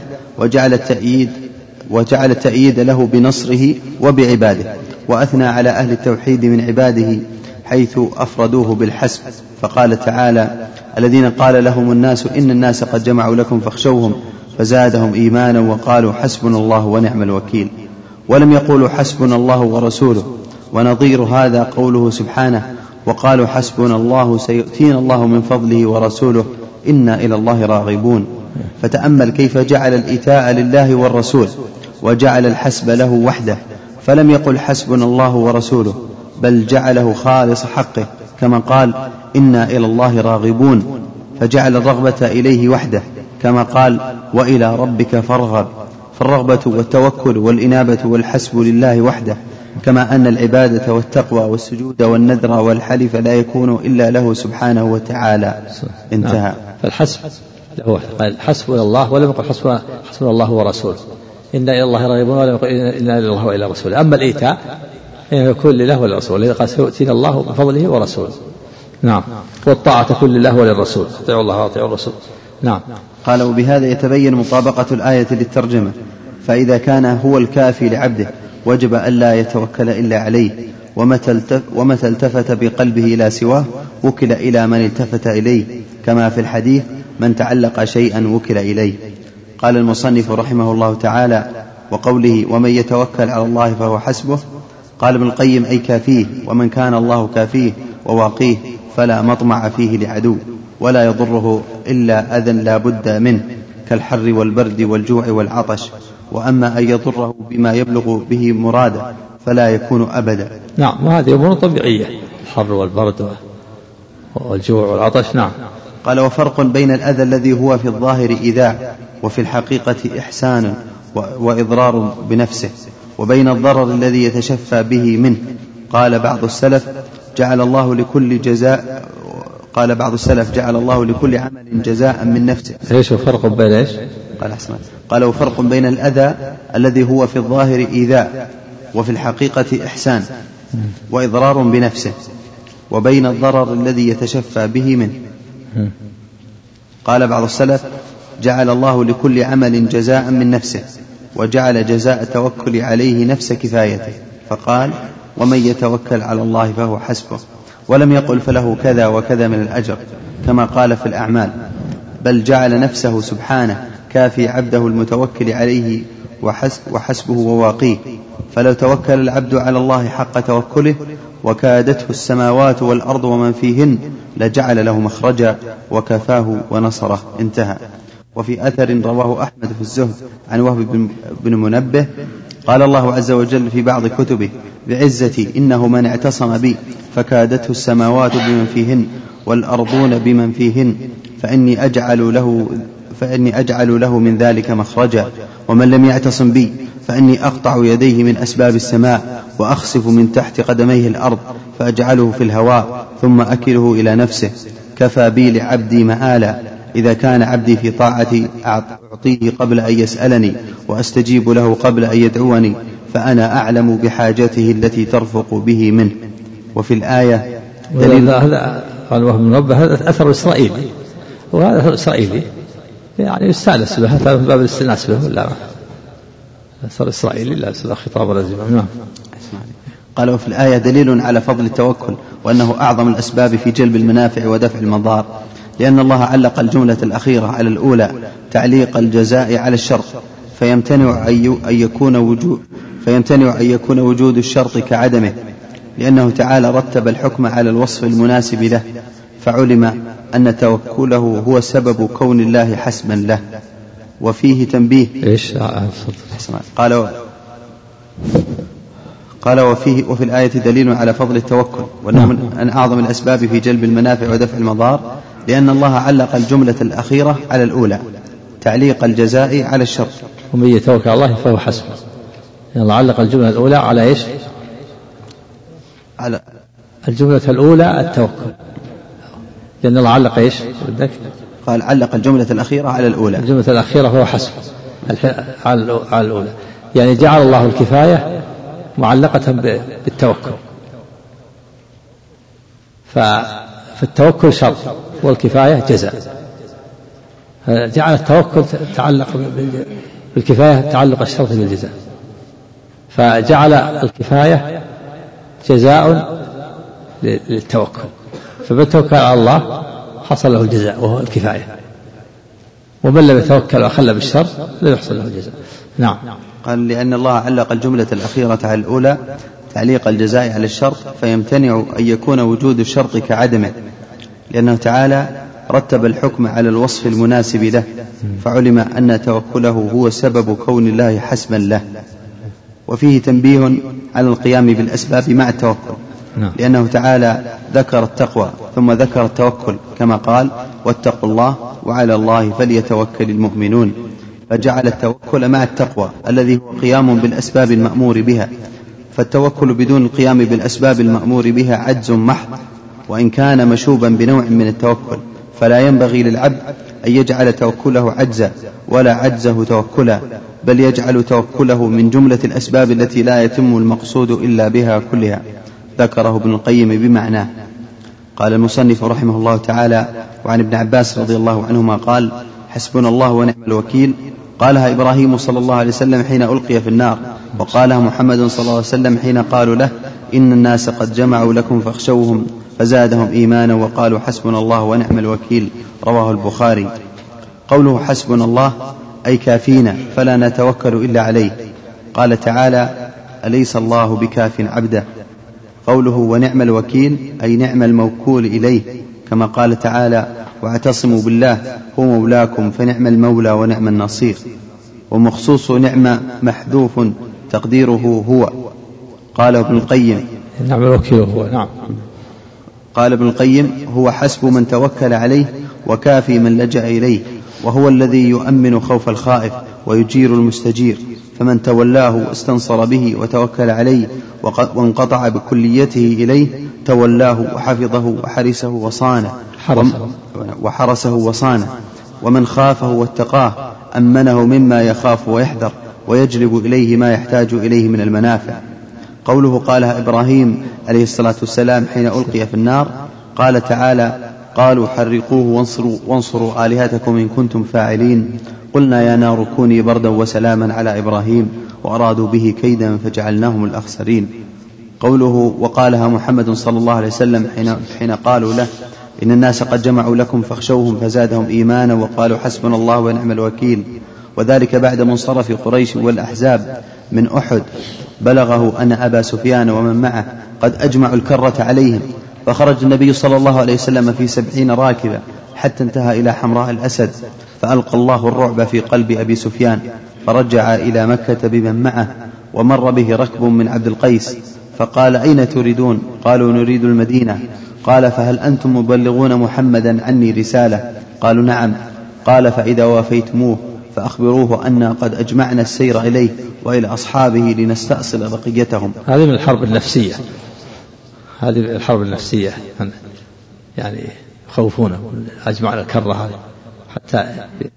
وجعل التأييد له بنصره وبعباده، وأثنى على أهل التوحيد من عباده حيث أفردوه بالحسب. فقال تعالى الذين قال لهم الناس إن الناس قد جمعوا لكم فاخشوهم فزادهم إيمانا وقالوا حسبنا الله ونعم الوكيل، ولم يقولوا حسبنا الله ورسوله. ونظير هذا قوله سبحانه وقالوا حسبنا الله سيؤتينا الله من فضله ورسوله إنا إلى الله راغبون. فتأمل كيف جعل الإيتاء لله والرسول وجعل الحسب له وحده، فلم يقل حسبنا الله ورسوله، بل جعله خالص حقه، كما قال إنا إلى الله راغبون، فجعل الرغبة إليه وحده، كما قال وإلى ربك فارغب، فالرغبة والتوكل والإنابة والحسب لله وحده، كما أن العبادة والتقوى والسجود والنذر والحلف لا يكون إلا له سبحانه وتعالى. انتهى. فالحسب هو حسبنا الله، ولم يقل حسبنا الله ورسوله، إنا إلى الله راغبون، ولم يقل إنا إلى الله وإلى رسوله. أما الإيتاء يكون لله ولرسوله، قال سيؤتينا الله بفضله ورسوله. نعم. والطاعة كل لله وللرسول، اطيعوا الله واطيعوا الرسول. نعم. قال وبهذا يتبين مطابقة الآية للترجمة، فإذا كان هو الكافي لعبده وجب ألا يتوكل إلا عليه، ومتى التفت بقلبه إلى سواه وكل إلى من التفت إليه، كما في الحديث من تعلق شيئا وكل إليه. قال المصنف رحمه الله تعالى: وقوله ومن يتوكل على الله فهو حسبه، قال ابن القيم أي كافيه، ومن كان الله كافيه وواقيه فلا مطمع فيه لعدو، ولا يضره إلا أذى لا بد منه كالحر والبرد والجوع والعطش، وأما أن يضره بما يبلغ به مراده فلا يكون أبدا. نعم. وهذه أمور طبيعية، الحر والبرد والجوع والعطش. نعم. قال وفرق بين الأذى الذي هو في الظاهر إيذاء وفي الحقيقة إحسان وإضرار بنفسه، وبين الضرر الذي يتشفى به منه. قال بعض السلف جعل الله لكل عمل جزاء من نفسه. ايش الفرق بين ايش؟ قال وفرق بين الأذى الذي هو في الظاهر إيذاء وفي الحقيقة إحسان وإضرار بنفسه، وبين الضرر الذي يتشفى به منه. قال بعض السلف جعل الله لكل عمل جزاء من نفسه، وجعل جزاء التوكل عليه نفس كفايته، فقال ومن يتوكل على الله فهو حسبه، ولم يقل فله كذا وكذا من الأجر كما قال في الأعمال، بل جعل نفسه سبحانه كافي عبده المتوكل عليه وحسبه وواقيه. فلو توكل العبد على الله حق توكله وكادته السماوات والأرض ومن فيهن لجعل له مخرجا وكفاه ونصره. انتهى. وفي أثر رواه أحمد في الزهد عن وهب بن منبه قال الله عز وجل في بعض كتبه بعزتي إنه من اعتصم بي فكادته السماوات بمن فيهن والأرضون بمن فيهن فإني أجعل له من ذلك مخرجا، ومن لم يعتصم بي فإني أقطع يديه من أسباب السماء وأخسف من تحت قدميه الأرض فأجعله في الهواء ثم أكله إلى نفسه. كفى بي لعبدي مآلا، إذا كان عبدي في طاعتي أعطيه قبل أن يسألني وأستجيب له قبل أن يدعوني، فأنا أعلم بحاجته التي ترفق به منه. وفي الآية دليل هذا قال وهم من ربه، هذا أثر إسرائيلي، وهذا أثر إسرائيلي يعني يستأنس به، هذا من باب الاستئناس به، ولا أثر إسرائيلي لا خطاب لازم. نعم. قال وفي الآية دليل على فضل التوكل وأنه أعظم الأسباب في جلب المنافع ودفع المضار، لأن الله علق الجملة الأخيرة على الأولى تعليق الجزاء على الشرط، فيمتنع أن يكون وجود الشرط كعدمه، لأنه تعالى رتب الحكم على الوصف المناسب له، فعلم أن توكله هو سبب كون الله حسبا له. وفيه تنبيه. قال وفي الآية دليل على فضل التوكل وأنه من أعظم الأسباب في جلب المنافع ودفع المضار، لأن الله علق الجملة الأخيرة على الأولى تعليق الجزاء على الشرط. ومن يتوكل على الله فهو حسبه، الله علق الجملة الأولى على إيش؟ على الجملة الأولى التوكل، لأن الله علق إيش؟ قال علق الجملة الأخيرة على الأولى، الجملة الأخيرة فهو حسبه على الأولى، يعني جعل الله الكفاية معلقة بالتوكل، فالتوكل شرط والكفاية جزاء، جعل التوكل تعلق بالكفاية تعلق الشرط بالجزاء، فجعل الكفاية جزاء للتوكل، فبالتوكل على الله حصل له الجزاء وهو الكفاية، ومن لم يتوكل وخلى بالشر لا يحصل له الجزاء. نعم. قال لأن الله علق الجملة الأخيرة على الأولى تعليق الجزاء على الشرط، فيمتنع أن يكون وجود الشرط كعدمه، لأنه تعالى رتب الحكم على الوصف المناسب له، فعلم أن توكله هو سبب كون الله حسبا له. وفيه تنبيه على القيام بالأسباب مع التوكل، لأنه تعالى ذكر التقوى ثم ذكر التوكل كما قال واتقوا الله وعلى الله فليتوكل المؤمنون، فجعل التوكل مع التقوى الذي هو قيام بالأسباب المأمور بها، فالتوكل بدون القيام بالأسباب المأمور بها عجز محض، وإن كان مشوبا بنوع من التوكل، فلا ينبغي للعبد أن يجعل توكله عجزا ولا عجزه توكلا، بل يجعل توكله من جملة الأسباب التي لا يتم المقصود إلا بها كلها. ذكره ابن القيم بمعناه. قال المصنف رحمه الله تعالى: وعن ابن عباس رضي الله عنهما قال: حسبنا الله ونعم الوكيل. قالها إبراهيم صلى الله عليه وسلم حين ألقي في النار، وقالها محمد صلى الله عليه وسلم حين قالوا له: إن الناس قد جمعوا لكم فاخشوهم، فزادهم إيمانا وقالوا حسبنا الله ونعم الوكيل. رواه البخاري. قوله حسبنا الله أي كافينا فلا نتوكل إلا عليه. قال تعالى: أليس الله بكاف عبده. قوله ونعم الوكيل أي نعم الموكول إليه، كما قال تعالى: واعتصموا بالله هو مولاكم فنعم المولى ونعم النصير. ومخصوص نعم محذوف تقديره هو. قال ابن القيم: نعم الوكيل هو. نعم. قال ابن القيم: هو حسب من توكل عليه وكافي من لجأ إليه، وهو الذي يؤمن خوف الخائف ويجير المستجير، فمن تولاه واستنصر به وتوكل عليه وانقطع بكليته إليه تولاه وحفظه وحرسه وصانه، ومن خافه واتقاه أمنه مما يخاف ويحذر ويجلب إليه ما يحتاج إليه من المنافع. قوله قالها إبراهيم عليه الصلاة والسلام حين ألقي في النار، قال تعالى: قالوا حرقوه وانصروا آلهتكم إن كنتم فاعلين. قلنا يا نار كوني بردا وسلاما على إبراهيم وأرادوا به كيدا فجعلناهم الأخسرين. قوله وقالها محمد صلى الله عليه وسلم حين قالوا له: إن الناس قد جمعوا لكم فاخشوهم فزادهم إيمانا وقالوا حسبنا الله ونعم الوكيل. وذلك بعد منصرف قريش والأحزاب من أحد، بلغه أن أبا سفيان ومن معه قد أجمعوا الكرة عليهم، فخرج النبي صلى الله عليه وسلم في 70 راكبة حتى انتهى إلى حمراء الأسد، فألقى الله الرعب في قلب أبي سفيان، فرجع إلى مكة بمن معه، ومر به ركب من عبد القيس، فقال: أين تريدون؟ قالوا: نريد المدينة. قال: فهل أنتم مبلغون محمدا عني رسالة؟ قالوا: نعم. قال: فإذا وافيتموه فأخبروه أن قد أجمعنا السير إليه وإلى أصحابه لنستأصل بقيتهم. هذه من الحرب النفسية، هذه الحرب النفسية، يعني يخوفونه أجمعنا الكرة هذه حتى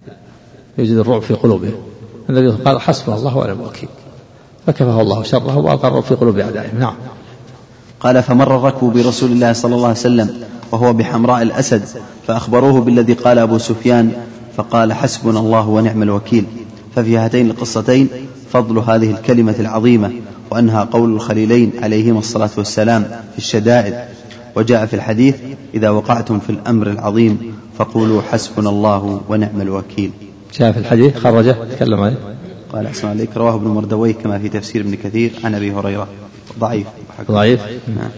يجد الرعب في قلوبهم. النبي قال: حسبنا الله ونعم الوكيل، فكفاه الله شره وألقى الرعب في قلوب أعدائهم. نعم. قال: فمر الركب برسول الله صلى الله عليه وسلم وهو بحمراء الأسد، فأخبروه بالذي قال أبو سفيان، فقال: حسبنا الله ونعم الوكيل. ففي هاتين القصتين فضل هذه الكلمة العظيمة، وأنها قول الخليلين عليهما الصلاة والسلام في الشدائد. وجاء في الحديث: إذا وقعتم في الأمر العظيم فقولوا حسبنا الله ونعم الوكيل. جاء في الحديث خرجه تكلم عليه. قال: أحسن عليك. رواه ابن مردويه كما في تفسير ابن كثير عن أبي هريرة. ضعيف. نعم.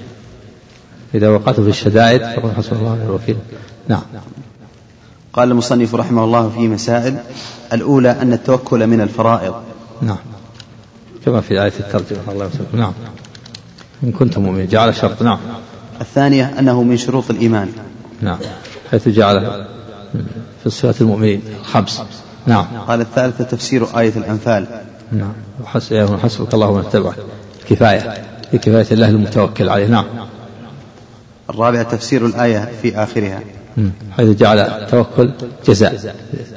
إذا وقعتم في الشدائد فقولوا حسبنا الله ونعم الوكيل. نعم. قال المصنف رحمه الله في مسائل: الأولى أن التوكل من الفرائض. نعم، كما في آية الترجمة. الله يسلمك. نعم، إن كنتم مؤمنين جعل شرط. نعم. الثانية أنه من شروط الإيمان. نعم، حيث جعل في صفات المؤمنين 5. نعم. قال الثالثة تفسير آية الأنفال. نعم، حسبك الله ومن اتبعك، كفاية لكفاية الله المتوكل عليه. نعم. الرابعة تفسير الآية في آخرها، حيث جعل التوكل جزاء،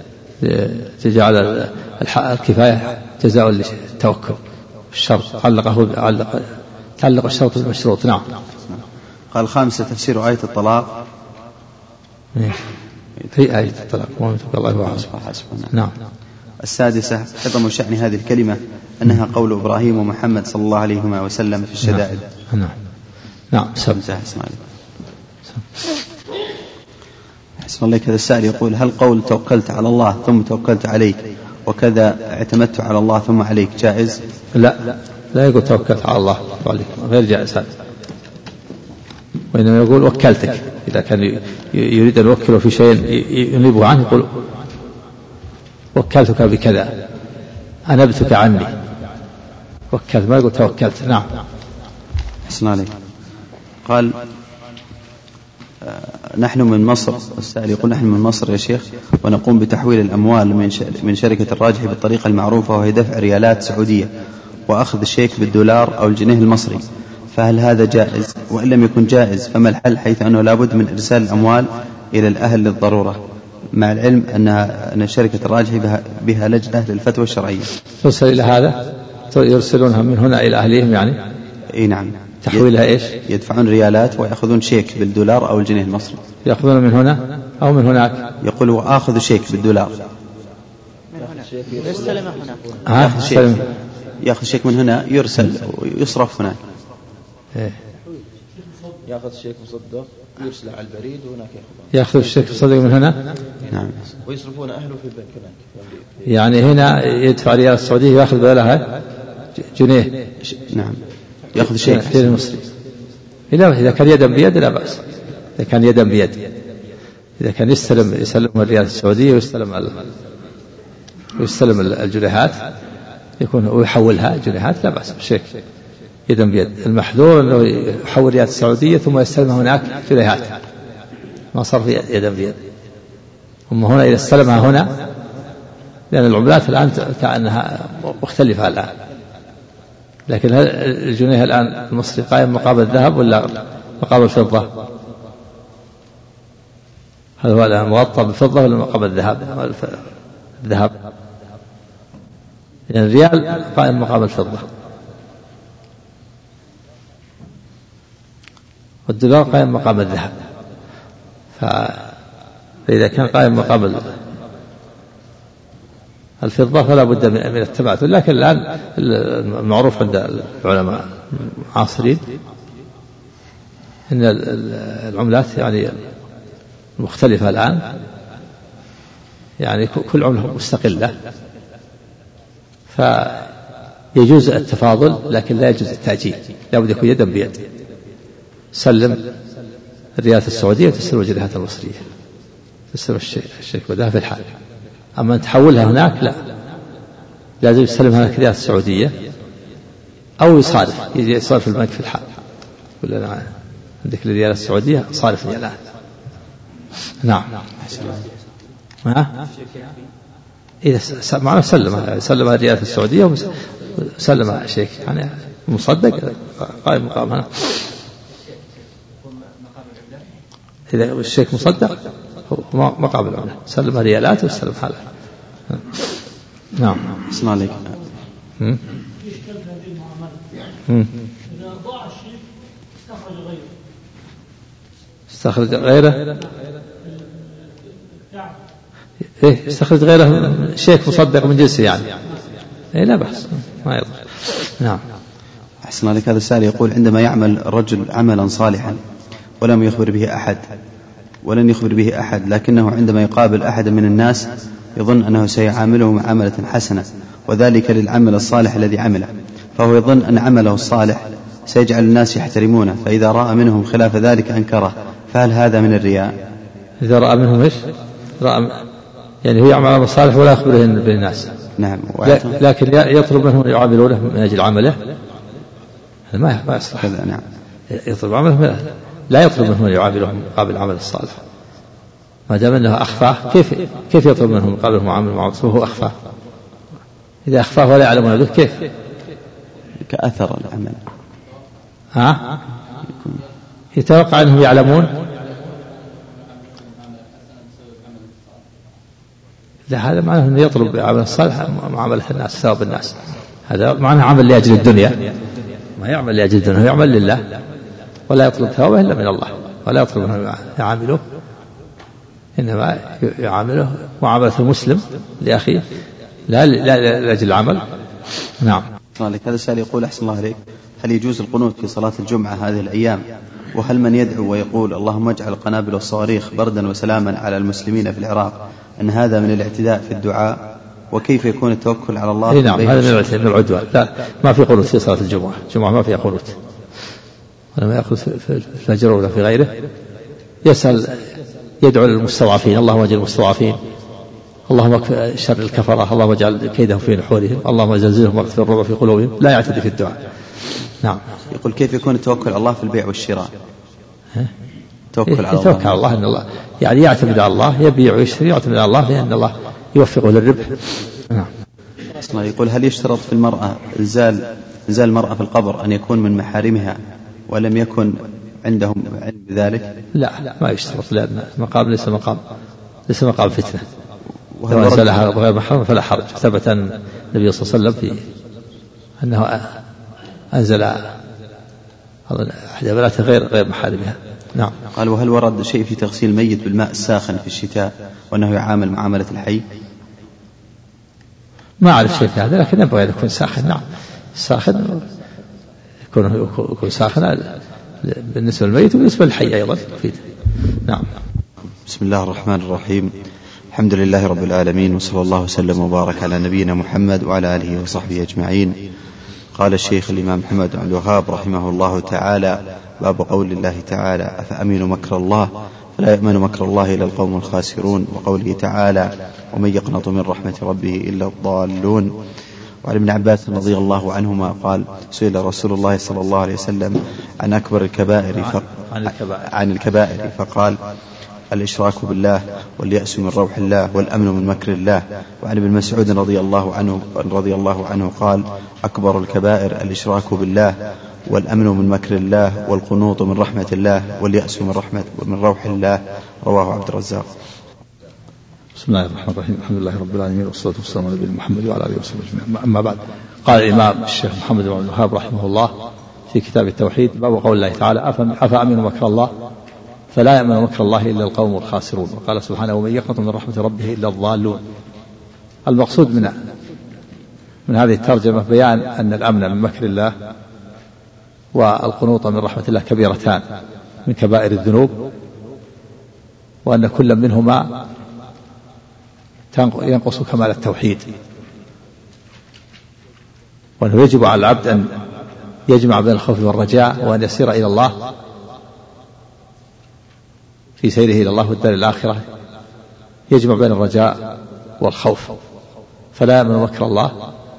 جعل الكفاية جزاء للتوكل. الشرط تعلق الشرط بالمشروط. نعم. قال الخامسة تفسير آية الطلاق. في آية الطلاق الله حسبنا. نعم. السادسة عظم شأن هذه الكلمة، أنها قول إبراهيم ومحمد صلى الله عليه وسلم في الشدائد. نعم. نعم. حسن الله. كذا السائل يقول: هل قول توكلت على الله ثم توكلت عليك وكذا اعتمدت على الله ثم عليك جائز؟ لا يقول توكلت على الله وعليك، غير جائز هذا، وإنما يقول وكلتك. إذا كان يريد أن يوكله في شيء ينيبه عنه يقول وكلتك بكذا، أنبتك عني، وكلت، ما يقول توكلت. نعم. حسن عليك. قال نحن من مصر. السائل يقول نحن من مصر يا شيخ، ونقوم بتحويل الأموال من شركة الراجحي بالطريقة المعروفة، وهي دفع ريالات سعودية وأخذ الشيك بالدولار أو الجنيه المصري، فهل هذا جائز؟ وإن لم يكن جائز فما الحل، حيث أنه لابد من إرسال الأموال إلى الأهل للضرورة، مع العلم أن شركة الراجحي بها لجنة للفتوى الشرعية. توصل إلى هذا، يرسلونها من هنا إلى أهلهم يعني؟ إيه نعم. تحويلها إيش؟ يدفعون ريالات ويأخذون شيك بالدولار أو الجنيه المصري. يأخذون من هنا أو من هناك؟ يقول وآخذ شيك بالدولار. يأخذ شيك من هنا يرسل ويصرف هناك. يأخذ شيك مصدق ويرسل على البريد وهناك يأخذ الشيك مصدق من هنا. نعم. ويصرفون أهله في البنك هناك. يعني هنا يدفع ريال السعودية ويأخذ بدلها جنيه. نعم. يأخذ شيك المصري. إذا كان يدا بيد لا بأس. إذا كان يدا بيد، إذا كان يسلم الريال السعودية ويستلم الجنيهات يكون ويحولها جنيهات لا بأس بالشيك يدا بيد. المحذور أنه يحول الريال السعودية ثم يستلمها هناك جنيهات، ما صار في يدا بيد. أما هنا إذا استلمها هنا، لأن العملات الآن كأنها مختلفة الآن، لكن هل الجنيه الآن المصري قائم مقابل الذهب ولا مقابل الفضة؟ هل هو الآن مغطى بالفضة ولا مقابل الذهب؟ يعني الريال قائم مقابل الفضة، والدولار قائم مقابل الذهب. فإذا كان قائم مقابل الفضة فلا بد من التبادل. لكن الآن المعروف عند العلماء المعاصرين أن العملات يعني مختلفة الآن، يعني كل عملة مستقلة، فيجوز التفاضل لكن لا يجوز التأجيل، لا بد يكون يدا بيد. سلم الريالات السعودية وتسلم الجنيهات المصرية، تسلم الشيك بدها في الحال. أما تحولها هناك لا، لازم يسلمها هناك الريالات السعودية أو يصرف البنك في الحال. يقول أنا عندك الريالات السعودية صارف ريالات. نعم. إذا معنا سلمها الريالات السعودية وسلمها شيك يعني مصدق قائم مقامها. إذا الشيك مصدق مقابل العملة، سلمها ريالات وسلم حالها. نعم. أحسن عليك. إذا ضاع الشيك استخرج غيره. إيه استخرج غيره شيك مصدق من جنسه يعني. إيه لا بأس ما يضر. نعم. أحسن عليك. هذا السائل يقول عندما يعمل الرجل عملا صالحا ولم يخبر به أحد ولن يخبر به أحد، لكنه عندما يقابل أحد من الناس يظن أنه سيعامله معاملة حسنة، وذلك للعمل الصالح الذي عمله، فهو يظن أن عمله الصالح سيجعل الناس يحترمونه، فإذا رأى منهم خلاف ذلك أنكره، فهل هذا من الرياء؟ إذا رأى منهم إيش؟ يعني هو يعمل عمل صالح ولا يخبره بالناس. نعم. لكن يطلب منهم يعاملونه من أجل عمله، ما يصلح. نعم. يطلب عمله، لا يطلب منهم يعاملهم مقابل العمل الصالح، ما دام أنه أخفاه. كيف يطلب منهم مقابل معامل معروف وهو أخفاه؟ إذا أخفاه ولا يعلمون به كيف؟ كأثر العمل. يتوقع أنهم يعلمون. لا، هذا معناه أنه يطلب العمل الصالح معاملة الناس، ثواب الناس. هذا معناه عمل لأجل الدنيا، ما يعمل لأجل الدنيا، هو يعمل لله ولا يطلب ثوابه إلا من الله، ولا يطلب أنه يعامله، إنما يعامله معاملة المسلم لأخيه لا لأجل العمل. نعم. هذا السائل يقول أحسن الله عليك، هل يجوز القنوت في صلاة الجمعة هذه الأيام؟ وهل من يدعو ويقول اللهم اجعل القنابل والصواريخ بردا وسلاما على المسلمين في العراق أن هذا من الاعتداء في الدعاء؟ وكيف يكون التوكل على الله؟ نعم، هذا من العدوان. لا، ما في قنوت في صلاة الجمعة. الجمعة ما فيها قنوت، ولما يأخذ في الفجر ولا في غيره يدعو للمستضعفين، اللهم اجعل المستضعفين، اللهم اكف شر الكفرة، اللهم اجعل كيدهم في نحورهم، اللهم زلزلهم واغفر الرعب في قلوبهم. لا يعتدي في الدعاء. نعم. يقول كيف يكون التوكل على الله في البيع والشراء؟ توكل على يتوكل على الله، إن الله يعني يعتمد على الله، يبيع ويشتري يعتمد على الله، لأن الله يوفقه للربح. نعم. يقول هل يشترط في المرأة إنزال المرأة في القبر أن يكون من محارمها ولم يكن عندهم علم بذلك؟ لا ما يشترط، لأن المقام ليس مقام فتنة، لو أنزلها غير محرم فلا حرج. ثبت أن النبي صلى الله عليه وسلم في أنه أنزل أحد بناته غير محارمها. نعم. قال وهل ورد شيء في تغسيل الميت بالماء الساخن في الشتاء وأنه يعامل معاملة الحي؟ ما أعرف شيء في هذا، لكن ينبغي أن يكون ساخن. نعم الساخن يكون ساخن بالنسبة للميت وبالنسبة للحي أيضا. نعم. بسم الله الرحمن الرحيم. الحمد لله رب العالمين، وصلى الله وسلم وبارك على نبينا محمد وعلى آله وصحبه أجمعين. قال الشيخ الإمام محمد بن عبد الوهاب رحمه الله تعالى: باب قول الله تعالى: أفأمنوا مكر الله فلا يأمن مكر الله إلا القوم الخاسرون، وقوله تعالى: ومن يقنط من رحمة ربه إلا الضالون. وعن ابن عباس رضي الله عنهما قال: سئل رسول الله صلى الله عليه وسلم عن أكبر الكبائر عن الكبائر فقال: الإشراك بالله واليأس من روح الله والأمن من مكر الله. وعن ابن مسعود رضي الله عنه قال: أكبر الكبائر الإشراك بالله والأمن من مكر الله والقنوط من رحمة الله واليأس من روح الله. رواه عبد الرزاق. بسم الله الرحمن الرحيم. الحمد لله رب العالمين، والصلاة والسلام على نبينا محمد وعلى آله وصحبه أجمعين. أما بعد، قال الإمام الشيخ محمد بن عبد الوهاب رحمه الله في كتاب التوحيد: باب قول الله تعالى: أفأمنوا مكر الله فلا يأمن مكر الله إلا القوم الخاسرون. وقال سبحانه: ومن يقنط من رحمة ربه إلا الضالون. المقصود من هذه الترجمة بيان أن الأمن من مكر الله والقنوط من رحمة الله كبيرتان من كبائر الذنوب، وأن كل منهما ينقص كمال التوحيد، وأنه يجب على العبد أن يجمع بين الخوف والرجاء، وأن يسير إلى الله في سيره إلى الله والدار الآخرة، يجمع بين الرجاء والخوف، فلا يأمن مكر الله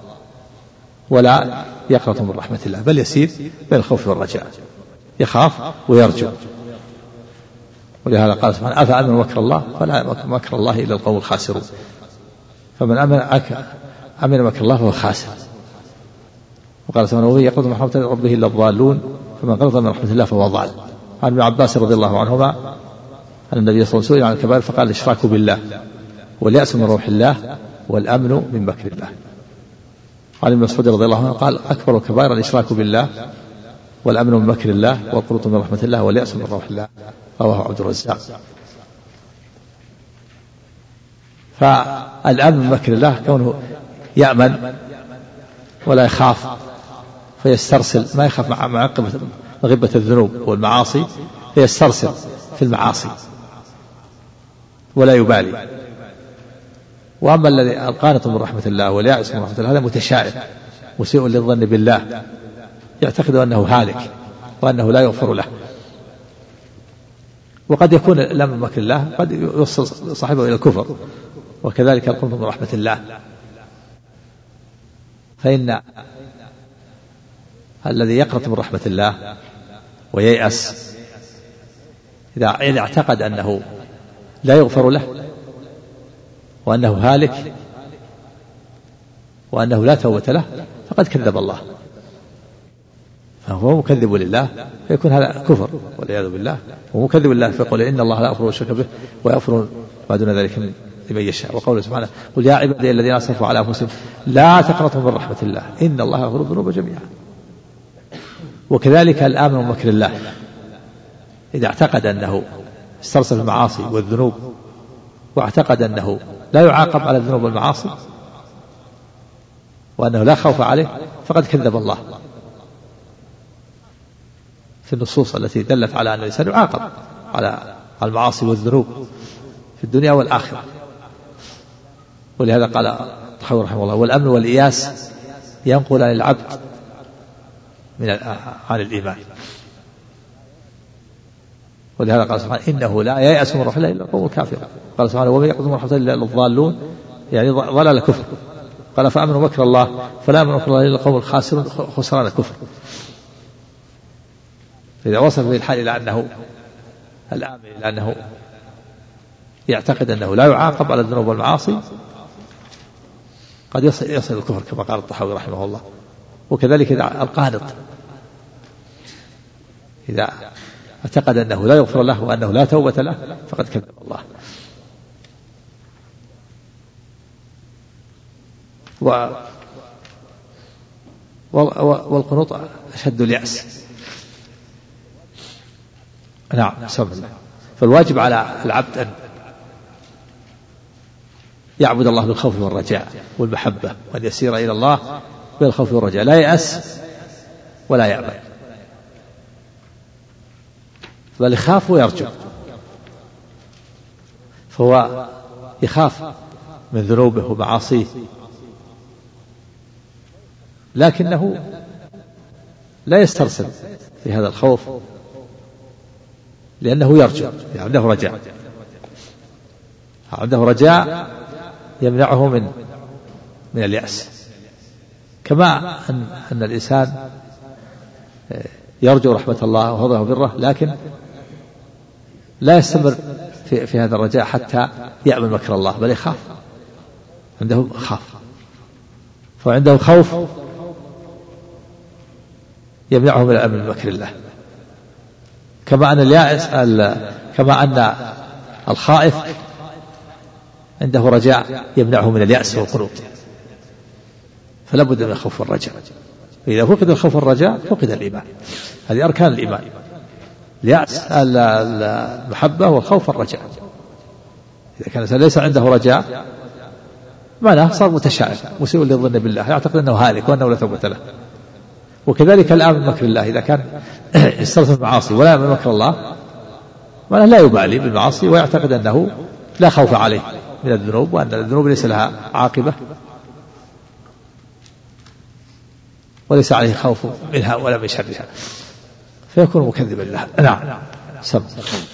ولا يقنط من رحمة الله، بل يسير بين الخوف والرجاء، يخاف ويرجو. ولهذا قال سبحانه: أفأمنوا مكر الله فلا يأمن مكر الله إلا القوم الخاسرون. فمن أمن مكر الله فهو خاسر. وقال سبحانه: ومن يقنط من رحمة ربه إلا الضالون، فمن قنط من رحمة الله فهو ضال. عن ابن عباس رضي الله عنهما أن النبي صلى الله عليه وسلم عن الكبائر فقال: الإشراك بالله واليأس من روح الله والأمن من مكر الله. عن ابن مسعود رضي الله عنه قال: أكبر الكبائر الإشراك بالله والأمن من مكر الله والقنوط من رحمة الله واليأس من روح الله. رواه عبد الرزاق. فالأمن من مكر الله كونه يأمن ولا يخاف فيسترسل، ما يخاف مع غبة الذنوب والمعاصي، فيسترسل في المعاصي ولا يبالي. وأما الذي القانط من رحمة الله واليائس من رحمة الله هذا متشائم مسيء للظن بالله، يعتقد أنه هالك وأنه لا يغفر له. وقد يكون الأمن من مكر الله قد يوصل صاحبه إلى الكفر، وكذلك القنوط من رحمة الله. فإن الذي يقنط من رحمة الله وييأس إذا اعتقد أنه لا يغفر له وأنه هالك وأنه لا توبة له فقد كذب الله، فهو مكذب لله، فيكون هذا كفر والعياذ بالله. ومكذب لله فيقول: إن الله لا يغفر الشرك به ويغفر ما دون ذلك لمن يشاء. وقوله سبحانه: قل يا عبادي الذين أسرفوا على أنفسهم لا تقنطوا من رحمة الله إن الله يغفر الذنوب جميعا. وكذلك الآمن من مكر الله إذا اعتقد أنه استرسل في المعاصي والذنوب واعتقد أنه لا يعاقب على الذنوب والمعاصي وأنه لا خوف عليه فقد كذب الله في النصوص التي دلت على أن الإنسان يعاقب على المعاصي والذنوب في الدنيا والآخرة. ولهذا قال الطحاوي رحمه الله: والأمن والإياس ينقل عن العبد عن الإيمان. ولهذا قال سبحانه: إنه لا ييأس من رحمة الله إلا القوم الكافرون. قال سبحانه: ومن يقنط من رحمة الله إلا الضالون، يعني ضلال الكفر. قال: فأمنوا مكر الله فلا يأمن مكر الله إلا القوم الخاسرون خسران الكفر. فإذا وصل به الحال إلى أنه الآمن لأنه يعتقد أنه لا يعاقب على الذنوب والمعاصي قد يصل الكفر كما قال الطحاوي رحمه الله. وكذلك القانط إذا اعتقد أنه لا يغفر له وأنه لا توبة له فقد كذب الله. والقنوط أشد اليأس. نعم سبحان الله. فالواجب على العبد أن يعبد الله بالخوف والرجاء والمحبة وأن يسير إلى الله بالخوف والرجاء، لا يأس ولا يأمن، بل يخاف ويرجو. فهو يخاف من ذنوبه ومعاصيه لكنه لا يسترسل في هذا الخوف لأنه يرجو، عنده رجاء، عنده رجاء يمنعه من اليأس. كما أن الإنسان يرجو رحمة الله وفضله وبره لكن لا يستمر في هذا الرجاء حتى يأمن مكر الله، بل يخاف، عنده خاف، فعنده خوف يمنعه من الأمن من مكر الله. كما أن اليائس كما أن الخائف عنده رجاء يمنعه من اليأس والقنوط، فلا بد من الخوف والرجاء. إذا فقد الخوف والرجاء فقد الإيمان. هذه أركان الإيمان: اليأس، المحبة، والخوف والرجاء. إذا كان الإنسان ليس عنده رجاء معناه صار متشائم مسيء للظن بالله، يعتقد أنه هالك وأنه لا توبة له. وكذلك الآمن من مكر الله إذا كان يسترسل المعاصي ولا يأمن مكر الله معناه لا يبالي بالمعاصي ويعتقد أنه لا خوف عليه من الذنوب وأن الذنوب ليس لها عاقبة وليس عليه خوف منها ولا من شرها، فيكون مكذبا لها. نعم سب.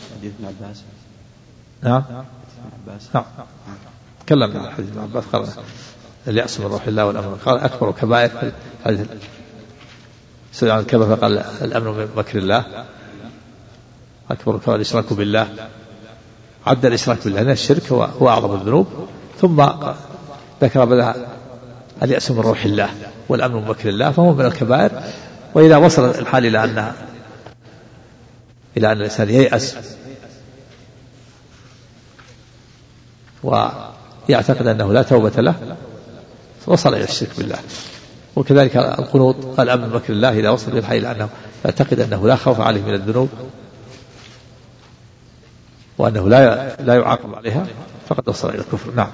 نعم نعم تكلم عن حديث ابن عباس قال اليأس من روح الله والأمن، قال أكبر كبائر في الحديث سئل عن الكبائر فقال الأمن من مكر الله، أكبر كبائر الإشراك بالله، عد الإشراك بالله لأن الشرك هو أعظم الذنوب، ثم ذكر بدأ اليأس من روح الله والأمن من مكر الله، فهو من الكبائر. وإذا وصل الحال إلى أن الإنسان ييأس ويعتقد أنه لا توبة له وصل إلى الشرك بالله. وكذلك القنوط الأمن من مكر الله إذا وصل الحال إلى أنه يعتقد أنه لا خوف عليه من الذنوب وأنه لا يعاقب عليها فقد وصل إلى الكفر. نعم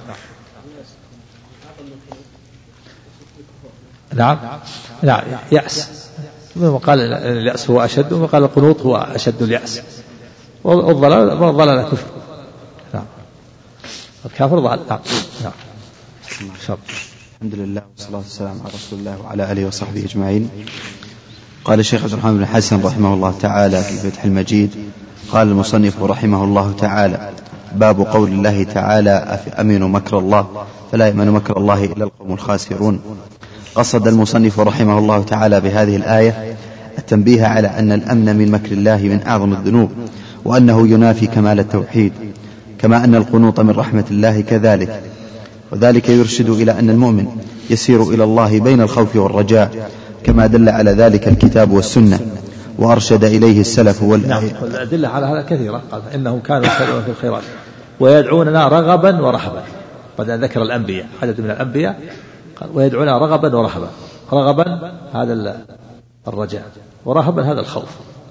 نعم نعم يأس، من قال اليأس هو أشد، ومن قال القنوط هو أشد اليأس، والضلال كفر. نعم الكافر ضال. نعم نعم. الحمد لله والصلاة والسلام على رسول الله وعلى آله وصحبه أجمعين. قال الشيخ عبد الرحمن بن حسن رحمه الله تعالى في فتح المجيد: قال المصنف رحمه الله تعالى: باب قول الله تعالى: أفأمنوا مكر الله فلا يأمن مكر الله إلا القوم الخاسرون. قصد المصنف رحمه الله تعالى بهذه الآية التنبيه على أن الأمن من مكر الله من أعظم الذنوب، وأنه ينافي كمال التوحيد، كما أن القنوط من رحمة الله كذلك. وذلك يرشد إلى أن المؤمن يسير إلى الله بين الخوف والرجاء، كما دل على ذلك الكتاب والسنة وأرشد إليه السلف والآية. الأدلة على هذا كثيرة. قال إنهم كانوا يسارعون في الخيرات ويدعوننا رغبا ورهبا. قد ذكر الأنبياء، عدد من الأنبياء قال ويدعوننا رغبا ورهبا. رغبا هذا الرجاء، ورهبا هذا الخوف.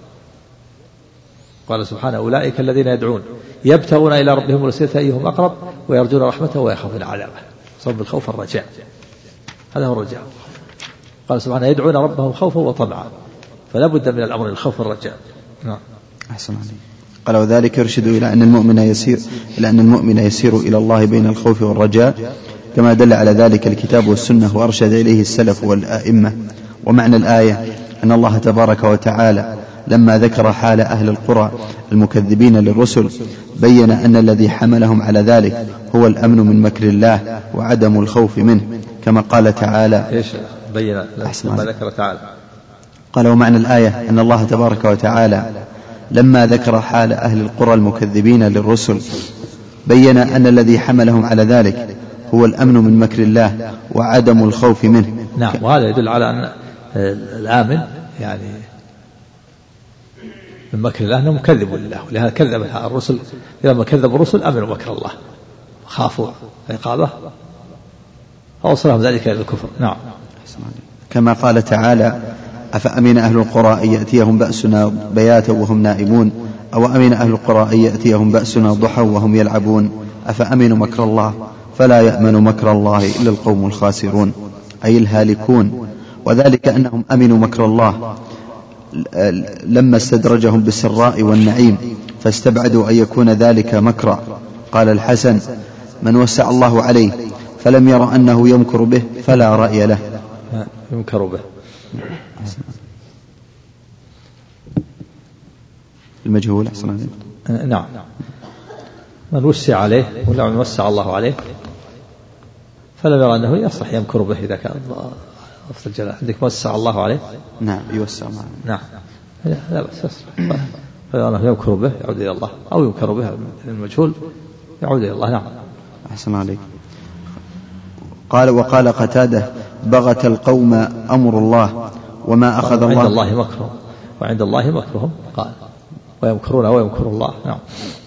قال سبحانه: أولئك الذين يدعون يبتغون إلى ربهم الوسيلة أيهم أقرب ويرجون رحمته ويخافون عذابه. صوب الخوف الرجاء، هذا هو الرجاء. قال سبحانه: يدعون ربهم خوفا وطمعا، فلا بد من الأمر الخوف والرجاء. نعم أحسن عليك. قال وذلك يرشد إلى أن المؤمن يسير إلى الله بين الخوف والرجاء، كما دل على ذلك الكتاب والسنة وأرشد إليه السلف والآئمة. ومعنى الآية أن الله تبارك وتعالى لما ذكر حال أهل القرى المكذبين للرسل بين أن الذي حملهم على ذلك هو الأمن من مكر الله وعدم الخوف منه، كما قال تعالى. إيش بين لما ذكر تعالى؟ قال ومعنى الآية أن الله تبارك وتعالى لما ذكر حال أهل القرى المكذبين للرسل بين أن الذي حملهم على ذلك هو الأمن من مكر الله وعدم الخوف منه. نعم، وهذا يدل على أن الآمن يعني من مكر الله أنه مكذب لله، ولهذا كذب الرسل. لما كذب الرسل أمنوا مكر الله خافوا عقابه فأوصلهم ذلك إلى الكفر. نعم. كما قال تعالى: أفأمن أهل القرى أن يأتيهم بأسنا بياتا وهم نائمون أو أمن أهل القرى أن يأتيهم بأسنا ضحى وهم يلعبون أفأمنوا مكر الله فلا يأمن مكر الله إلا القوم الخاسرون، أي الهالكون. وذلك أنهم أمنوا مكر الله لما استدرجهم بالسراء والنعيم فاستبعدوا أن يكون ذلك مكرا. قال الحسن: من وسع الله عليه فلم ير أنه يمكر به فلا رأي له. يمكر به. المجهول. نعم، من وسع عليه ولا من وسع الله عليه فلم يرى أنه يصلح يمكر به إذا كان أفضل الجلال. عندك وسع الله عليه. نعم، يوسع. نعم، لا بأس يصلح. فيرى أنه يمكر به يعود إلى الله، أو يمكر به المجهول يعود إلى الله. نعم. أحسن عليك. قال: وقال قتادة: بغت القوم أمر الله وما أخذ الله. عند الله مكرهم وعند الله مكرهم، قال ويمكرون ويمكر الله. نعم.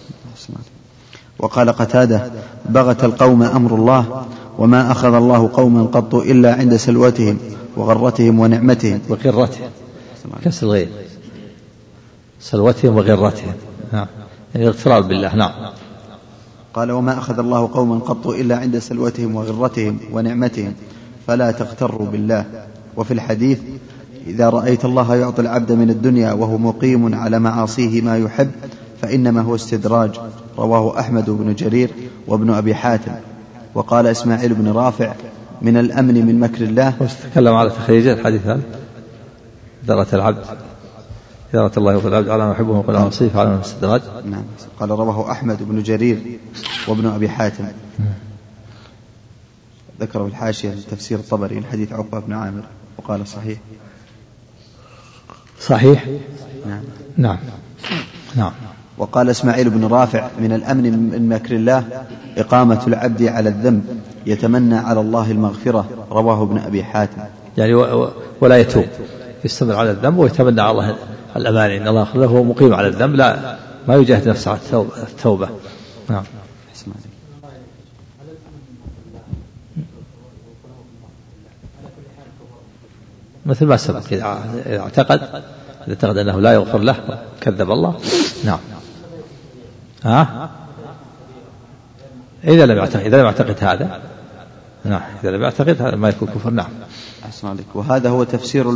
وقال قتادة: بغت القوم أمر الله وما أخذ الله قوما قط إلا عند سلوتهم وغرتهم ونعمتهم. وغرتهم كسر الغير، سلوتهم وغرتهم. نعم، يعني اغترار بالله. نعم. قال: وما أخذ الله قوما قط إلا عند سلوتهم وغرتهم ونعمتهم فلا تغتروا بالله. وفي الحديث: إذا رأيت الله يعطي العبد من الدنيا وهو مقيم على معاصيه ما يحب فإنما هو استدراج. رواه أحمد بن جرير وابن أبي حاتم. وقال إسماعيل بن رافع: من الأمن من مكر الله. تكلم على تخريج الحديث هذا: إذا العبد إذا الله يعطي العبد على ما يحبه وقال معصيه فعلى من استدراج. نعم. قال: رواه أحمد بن جرير وابن أبي حاتم. ذكره الحاشية تفسير الطبري الحديث عقبة بن عامر وقال: صحيح. صحيح. نعم. نعم. نعم. وقال إسماعيل بن رافع: من الأمن من مكر الله إقامة العبد على الذنب يتمنى على الله المغفرة. رواه ابن أبي حاتم. يعني ولا يتوب، يستمر على الذنب ويتمنى على الله الأمان إن الله له مقيم على الذنب، لا ما يجاهد نفسه على التوبة. نعم. مثل ما سبق، إذا اعتقد أنه لا يغفر له كذب الله. نعم. إذا لم يعتقد هذا، نعم، إذا لم يعتقد هذا ما يكون كفر. نعم. أحسن عليك. وهذا هو تفسير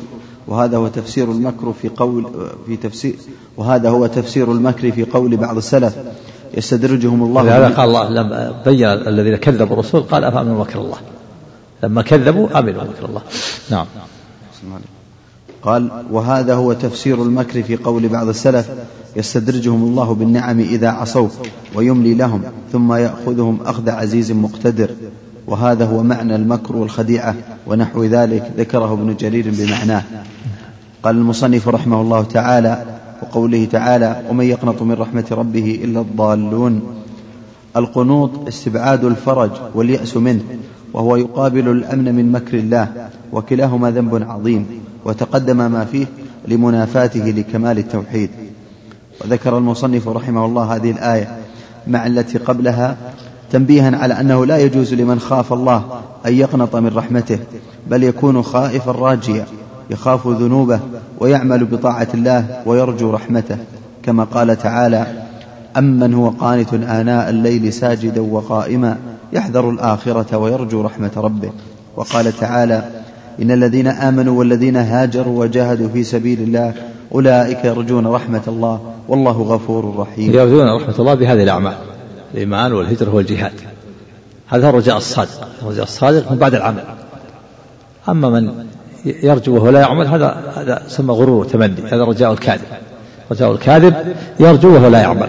المكر في قول بعض السلف يستدرجهم الله. هذا قال الله لما بين الذين كذبوا الرسول قال: أفأمنوا مكر الله. لما كذبوا أمنوا مكر الله. نعم. قال: وهذا هو تفسير المكر في قول بعض السلف يستدرجهم الله بالنعم إذا عصوا ويملي لهم ثم يأخذهم أخذ عزيز مقتدر. وهذا هو معنى المكر والخديعة ونحو ذلك ذكره ابن جرير بمعناه. قال المصنف رحمه الله تعالى: وقوله تعالى: ومن يقنط من رحمة ربه إلا الضالون. القنوط استبعاد الفرج واليأس منه، وهو يقابل الأمن من مكر الله، وكلاهما ذنب عظيم، وتقدم ما فيه لمنافاته لكمال التوحيد. وذكر المصنف رحمه الله هذه الآية مع التي قبلها تنبيها على أنه لا يجوز لمن خاف الله أن يقنط من رحمته، بل يكون خائفا راجيا يخاف ذنوبه ويعمل بطاعة الله ويرجو رحمته، كما قال تعالى: أمن هو قانت آناء الليل ساجدا وقائما يحذر الآخرة ويرجو رحمة ربه. وقال تعالى: إن الذين آمنوا والذين هاجروا وجاهدوا في سبيل الله أولئك يرجون رحمة الله والله غفور رحيم. يرجون رحمة الله بهذه الأعمال، الإيمان والهجرة والجهاد. هذا هو الرجاء الصادق. الرجاء الصادق من بعد العمل. أما من يرجو وهو لا يعمل هذا سمى غرور وتمني، هذا رجاء الكاذب. رجاء الكاذب يرجو وهو لا يعمل،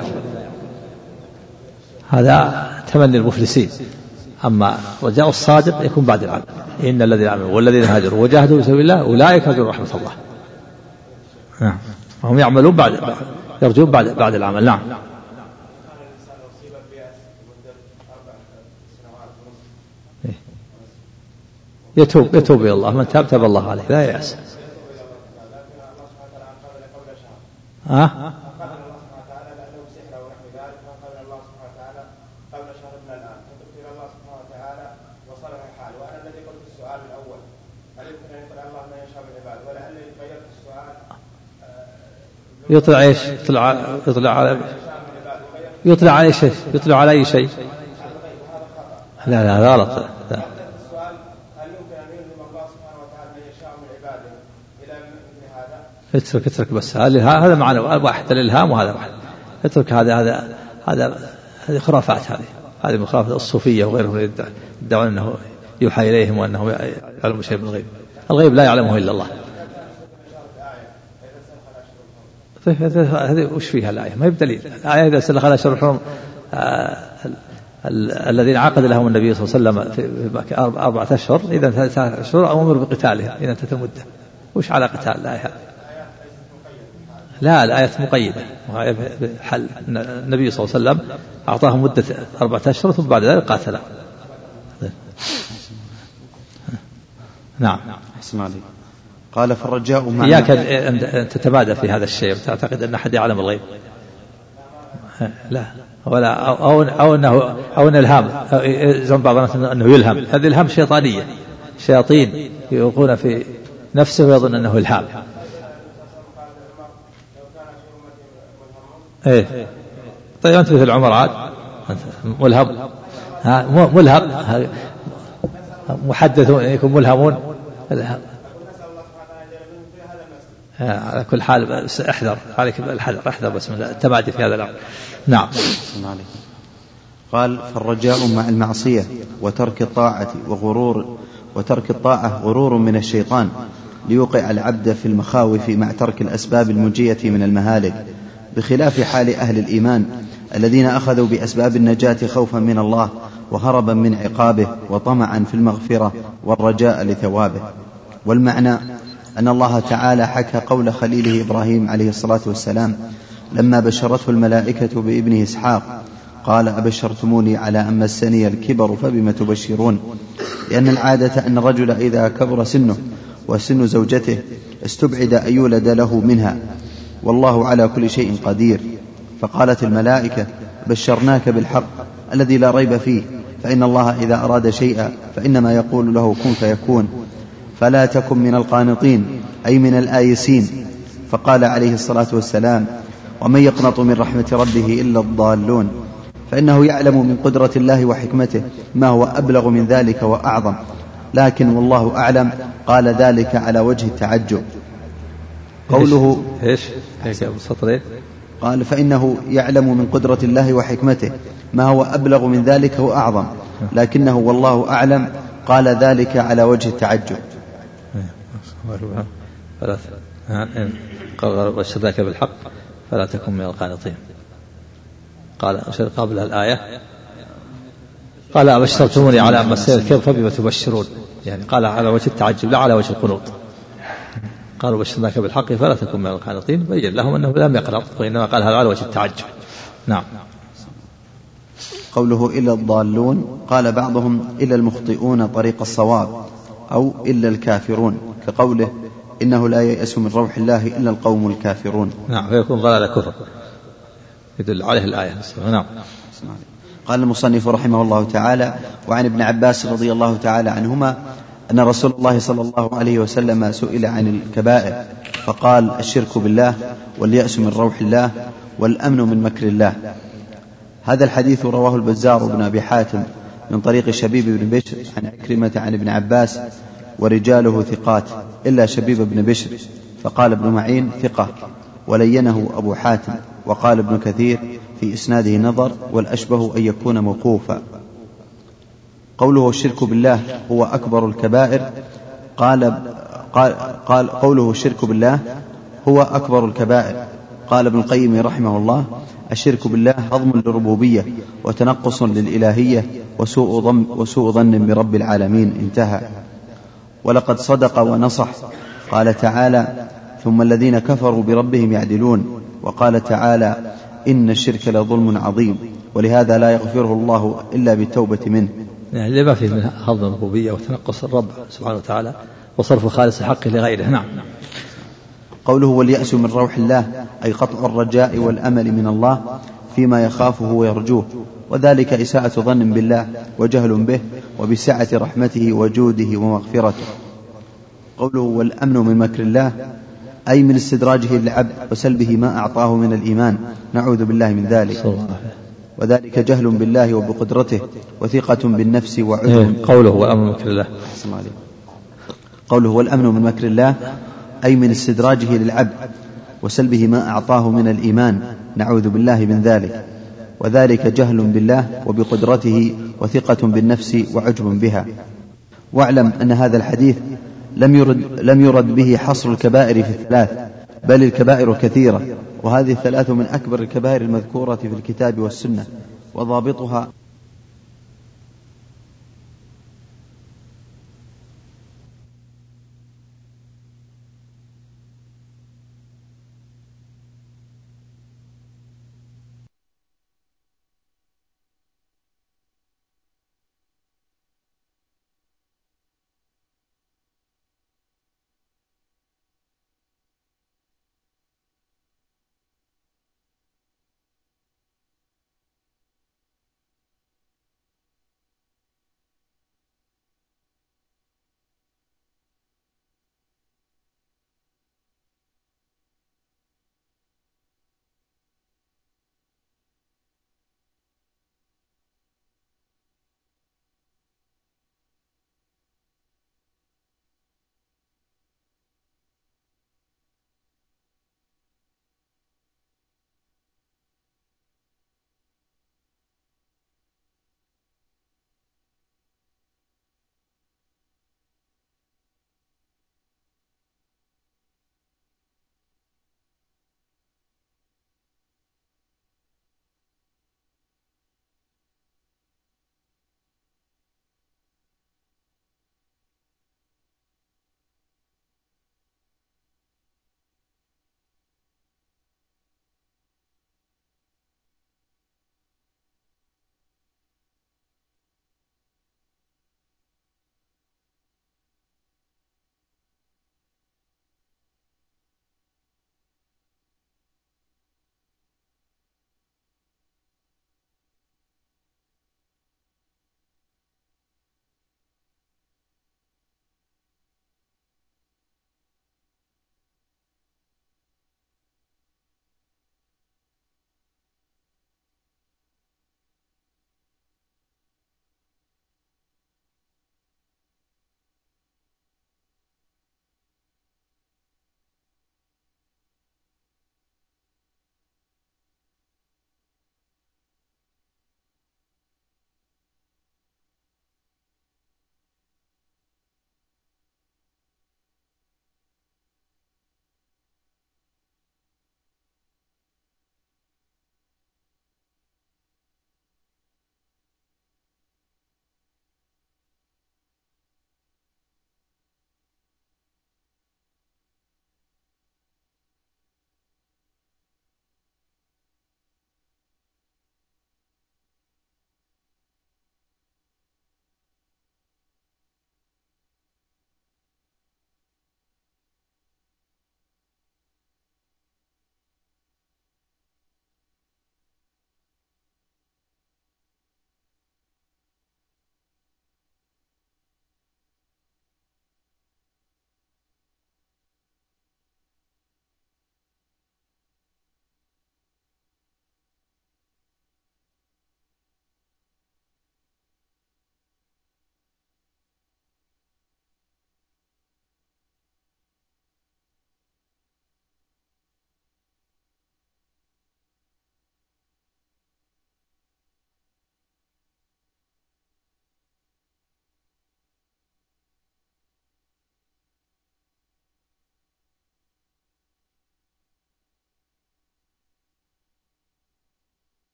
هذا تمني المفلسين. أما رجاء الصادق يكون بعد العمل. إن الذين آمنوا والذين هاجروا وجاهدوا في سبيل الله أولئك يرجون رحمة الله. هم يعملون يرجون بعد العمل. نعم. يتوب إلى الله، من تاب الله عليه لا يأس. يطلع ايش؟ يطلع على شيء، يطلع على اي شيء. لا غلط. اترك بس، هذا معنى واحد الإلهام وهذا واحد. اترك هذه خرافات، هذه من خرافات الصوفية وغيرهم يدعون أنه يوحى إليهم وأنه يعلم شيء من الغيب. الغيب لا يعلمه إلا الله. هذه وش فيها الآية؟ ما هي بدليل. الآية إذا سلخ الأشهر الحرم الذين عقد لهم النبي صلى الله عليه وسلم في 4 أشهر، إذا 3 أشهر أمر بقتالها إذا انتهت المدة. وش على قتال الآية؟ لا، الآية مقيدة، حل النبي صلى الله عليه وسلم أعطاهم مدة 4 أشهر ثم بعد ذلك قاتل. نعم. أحسن عليك. قال فالرجاء معنا. إياك أن تتمادى في هذا الشيء وتعتقد أن أحد يعلم الغيب. لا، ولا أو أنه إلهام. زعم بعض الناس أنه يلهم. هذه إلهام شيطانية، شياطين يلقون في نفسه ويظن أنه إلهام. إيه طيب أنت مثل عمر عاد ملهم، ملهم محدثون يكون ملهمون. على كل حال احذر، عليك احذر بس من التمادي في هذا الأمر. نعم. قال فالرجاء مع المعصية وترك الطاعة غرور من الشيطان ليوقع العبد في المخاوف مع ترك الأسباب المنجية من المهالك، بخلاف حال أهل الإيمان الذين أخذوا بأسباب النجاة خوفا من الله وهربا من عقابه وطمعا في المغفرة والرجاء لثوابه. والمعنى أن الله تعالى حكى قول خليله إبراهيم عليه الصلاة والسلام لما بشرته الملائكة بابنه إسحاق قال أبشرتموني على أن مسني الكبر فبم تبشرون، لأن العادة أن الرجل إذا كبر سنه وسن زوجته استبعد أن يولد له منها، والله على كل شيء قدير. فقالت الملائكة بشرناك بالحق الذي لا ريب فيه، فإن الله إذا أراد شيئا فإنما يقول له كن فيكون، فلا تكن من القانطين أي من الآيسين. فقال عليه الصلاة والسلام ومن يقنط من رحمة ربه إلا الضالون، فإنه يعلم من قدرة الله وحكمته ما هو أبلغ من ذلك وأعظم، لكن والله أعلم قال ذلك على وجه التعجب. قوله إيش قال فإنه يعلم من قدرة الله وحكمته ما هو أبلغ من ذلك وأعظم، لكنه والله أعلم قال ذلك على وجه التعجب. قال بشرناك بالحق فلا تكن من القانطين. قال قبل الآية قال أبشرتموني على أن مسني الكبر فبم تبشرون، يعني قال على وجه التعجب لا على وجه القنوط. قالوا بشرناك بالحق فلا تكن من القانطين، بين لهم أنه لم يقنط وإنما قال هذا على وجه التعجب. نعم. قوله إلا الضالون قال بعضهم إلا المخطئون طريق الصواب أو إلا الكافرون، كقوله إنه لا ييأس من روح الله إلا القوم الكافرون. نعم، فيكون ضلال كفر يدل عليه الآية. نعم. قال المصنف رحمه الله تعالى وعن ابن عباس رضي الله تعالى عنهما أن رسول الله صلى الله عليه وسلم سئل عن الكبائر فقال الشرك بالله واليأس من روح الله والأمن من مكر الله. هذا الحديث رواه البزار بن أبي حاتم من طريق شبيب بن بشر عن عكرمة عن ابن عباس ورجاله ثقات إلا شبيب بن بشر، فقال ابن معين ثقة ولينه أبو حاتم. وقال ابن كثير في إسناده نظر والأشبه أن يكون موقوفا. قوله الشرك بالله هو أكبر الكبائر قال قوله الشرك بالله هو أكبر الكبائر. قال ابن القيم رحمه الله الشرك بالله هضم للربوبية وتنقص للإلهية وسوء ظن برب العالمين. انتهى. ولقد صدق ونصح. قال تعالى ثم الذين كفروا بربهم يعدلون وقال تعالى إن الشرك لظلم عظيم، ولهذا لا يغفره الله إلا بالتوبة منه. يعني لما فيه من هضم الربوبية وتنقص الرب سبحانه وتعالى وصرف خالص حقه لغيره. نعم. قوله واليأس من روح الله أي قطع الرجاء والأمل من الله فيما يخافه ويرجوه، وذلك إساءة ظن بالله وجهل به وبسعة رحمته وجوده ومغفرته. قوله والأمن من مكر الله أي من استدراجه للعبد وسلبه ما أعطاه من الإيمان، نعوذ بالله من ذلك، وذلك جهل بالله وبقدرته وثقة بالنفس وعجب. قوله والأمن من مكر الله، قوله والأمن من مكر الله أي من استدراجه للعبد وسلبه ما أعطاه من الإيمان، نعوذ بالله من ذلك، وذلك جهل بالله وبقدرته وثقة بالنفس وعجب بها. واعلم أن هذا الحديث لم يرد به حصر الكبائر في الثلاث، بل الكبائر كثيرة، وهذه الثلاث من أكبر الكبائر المذكورة في الكتاب والسنة، وضابطها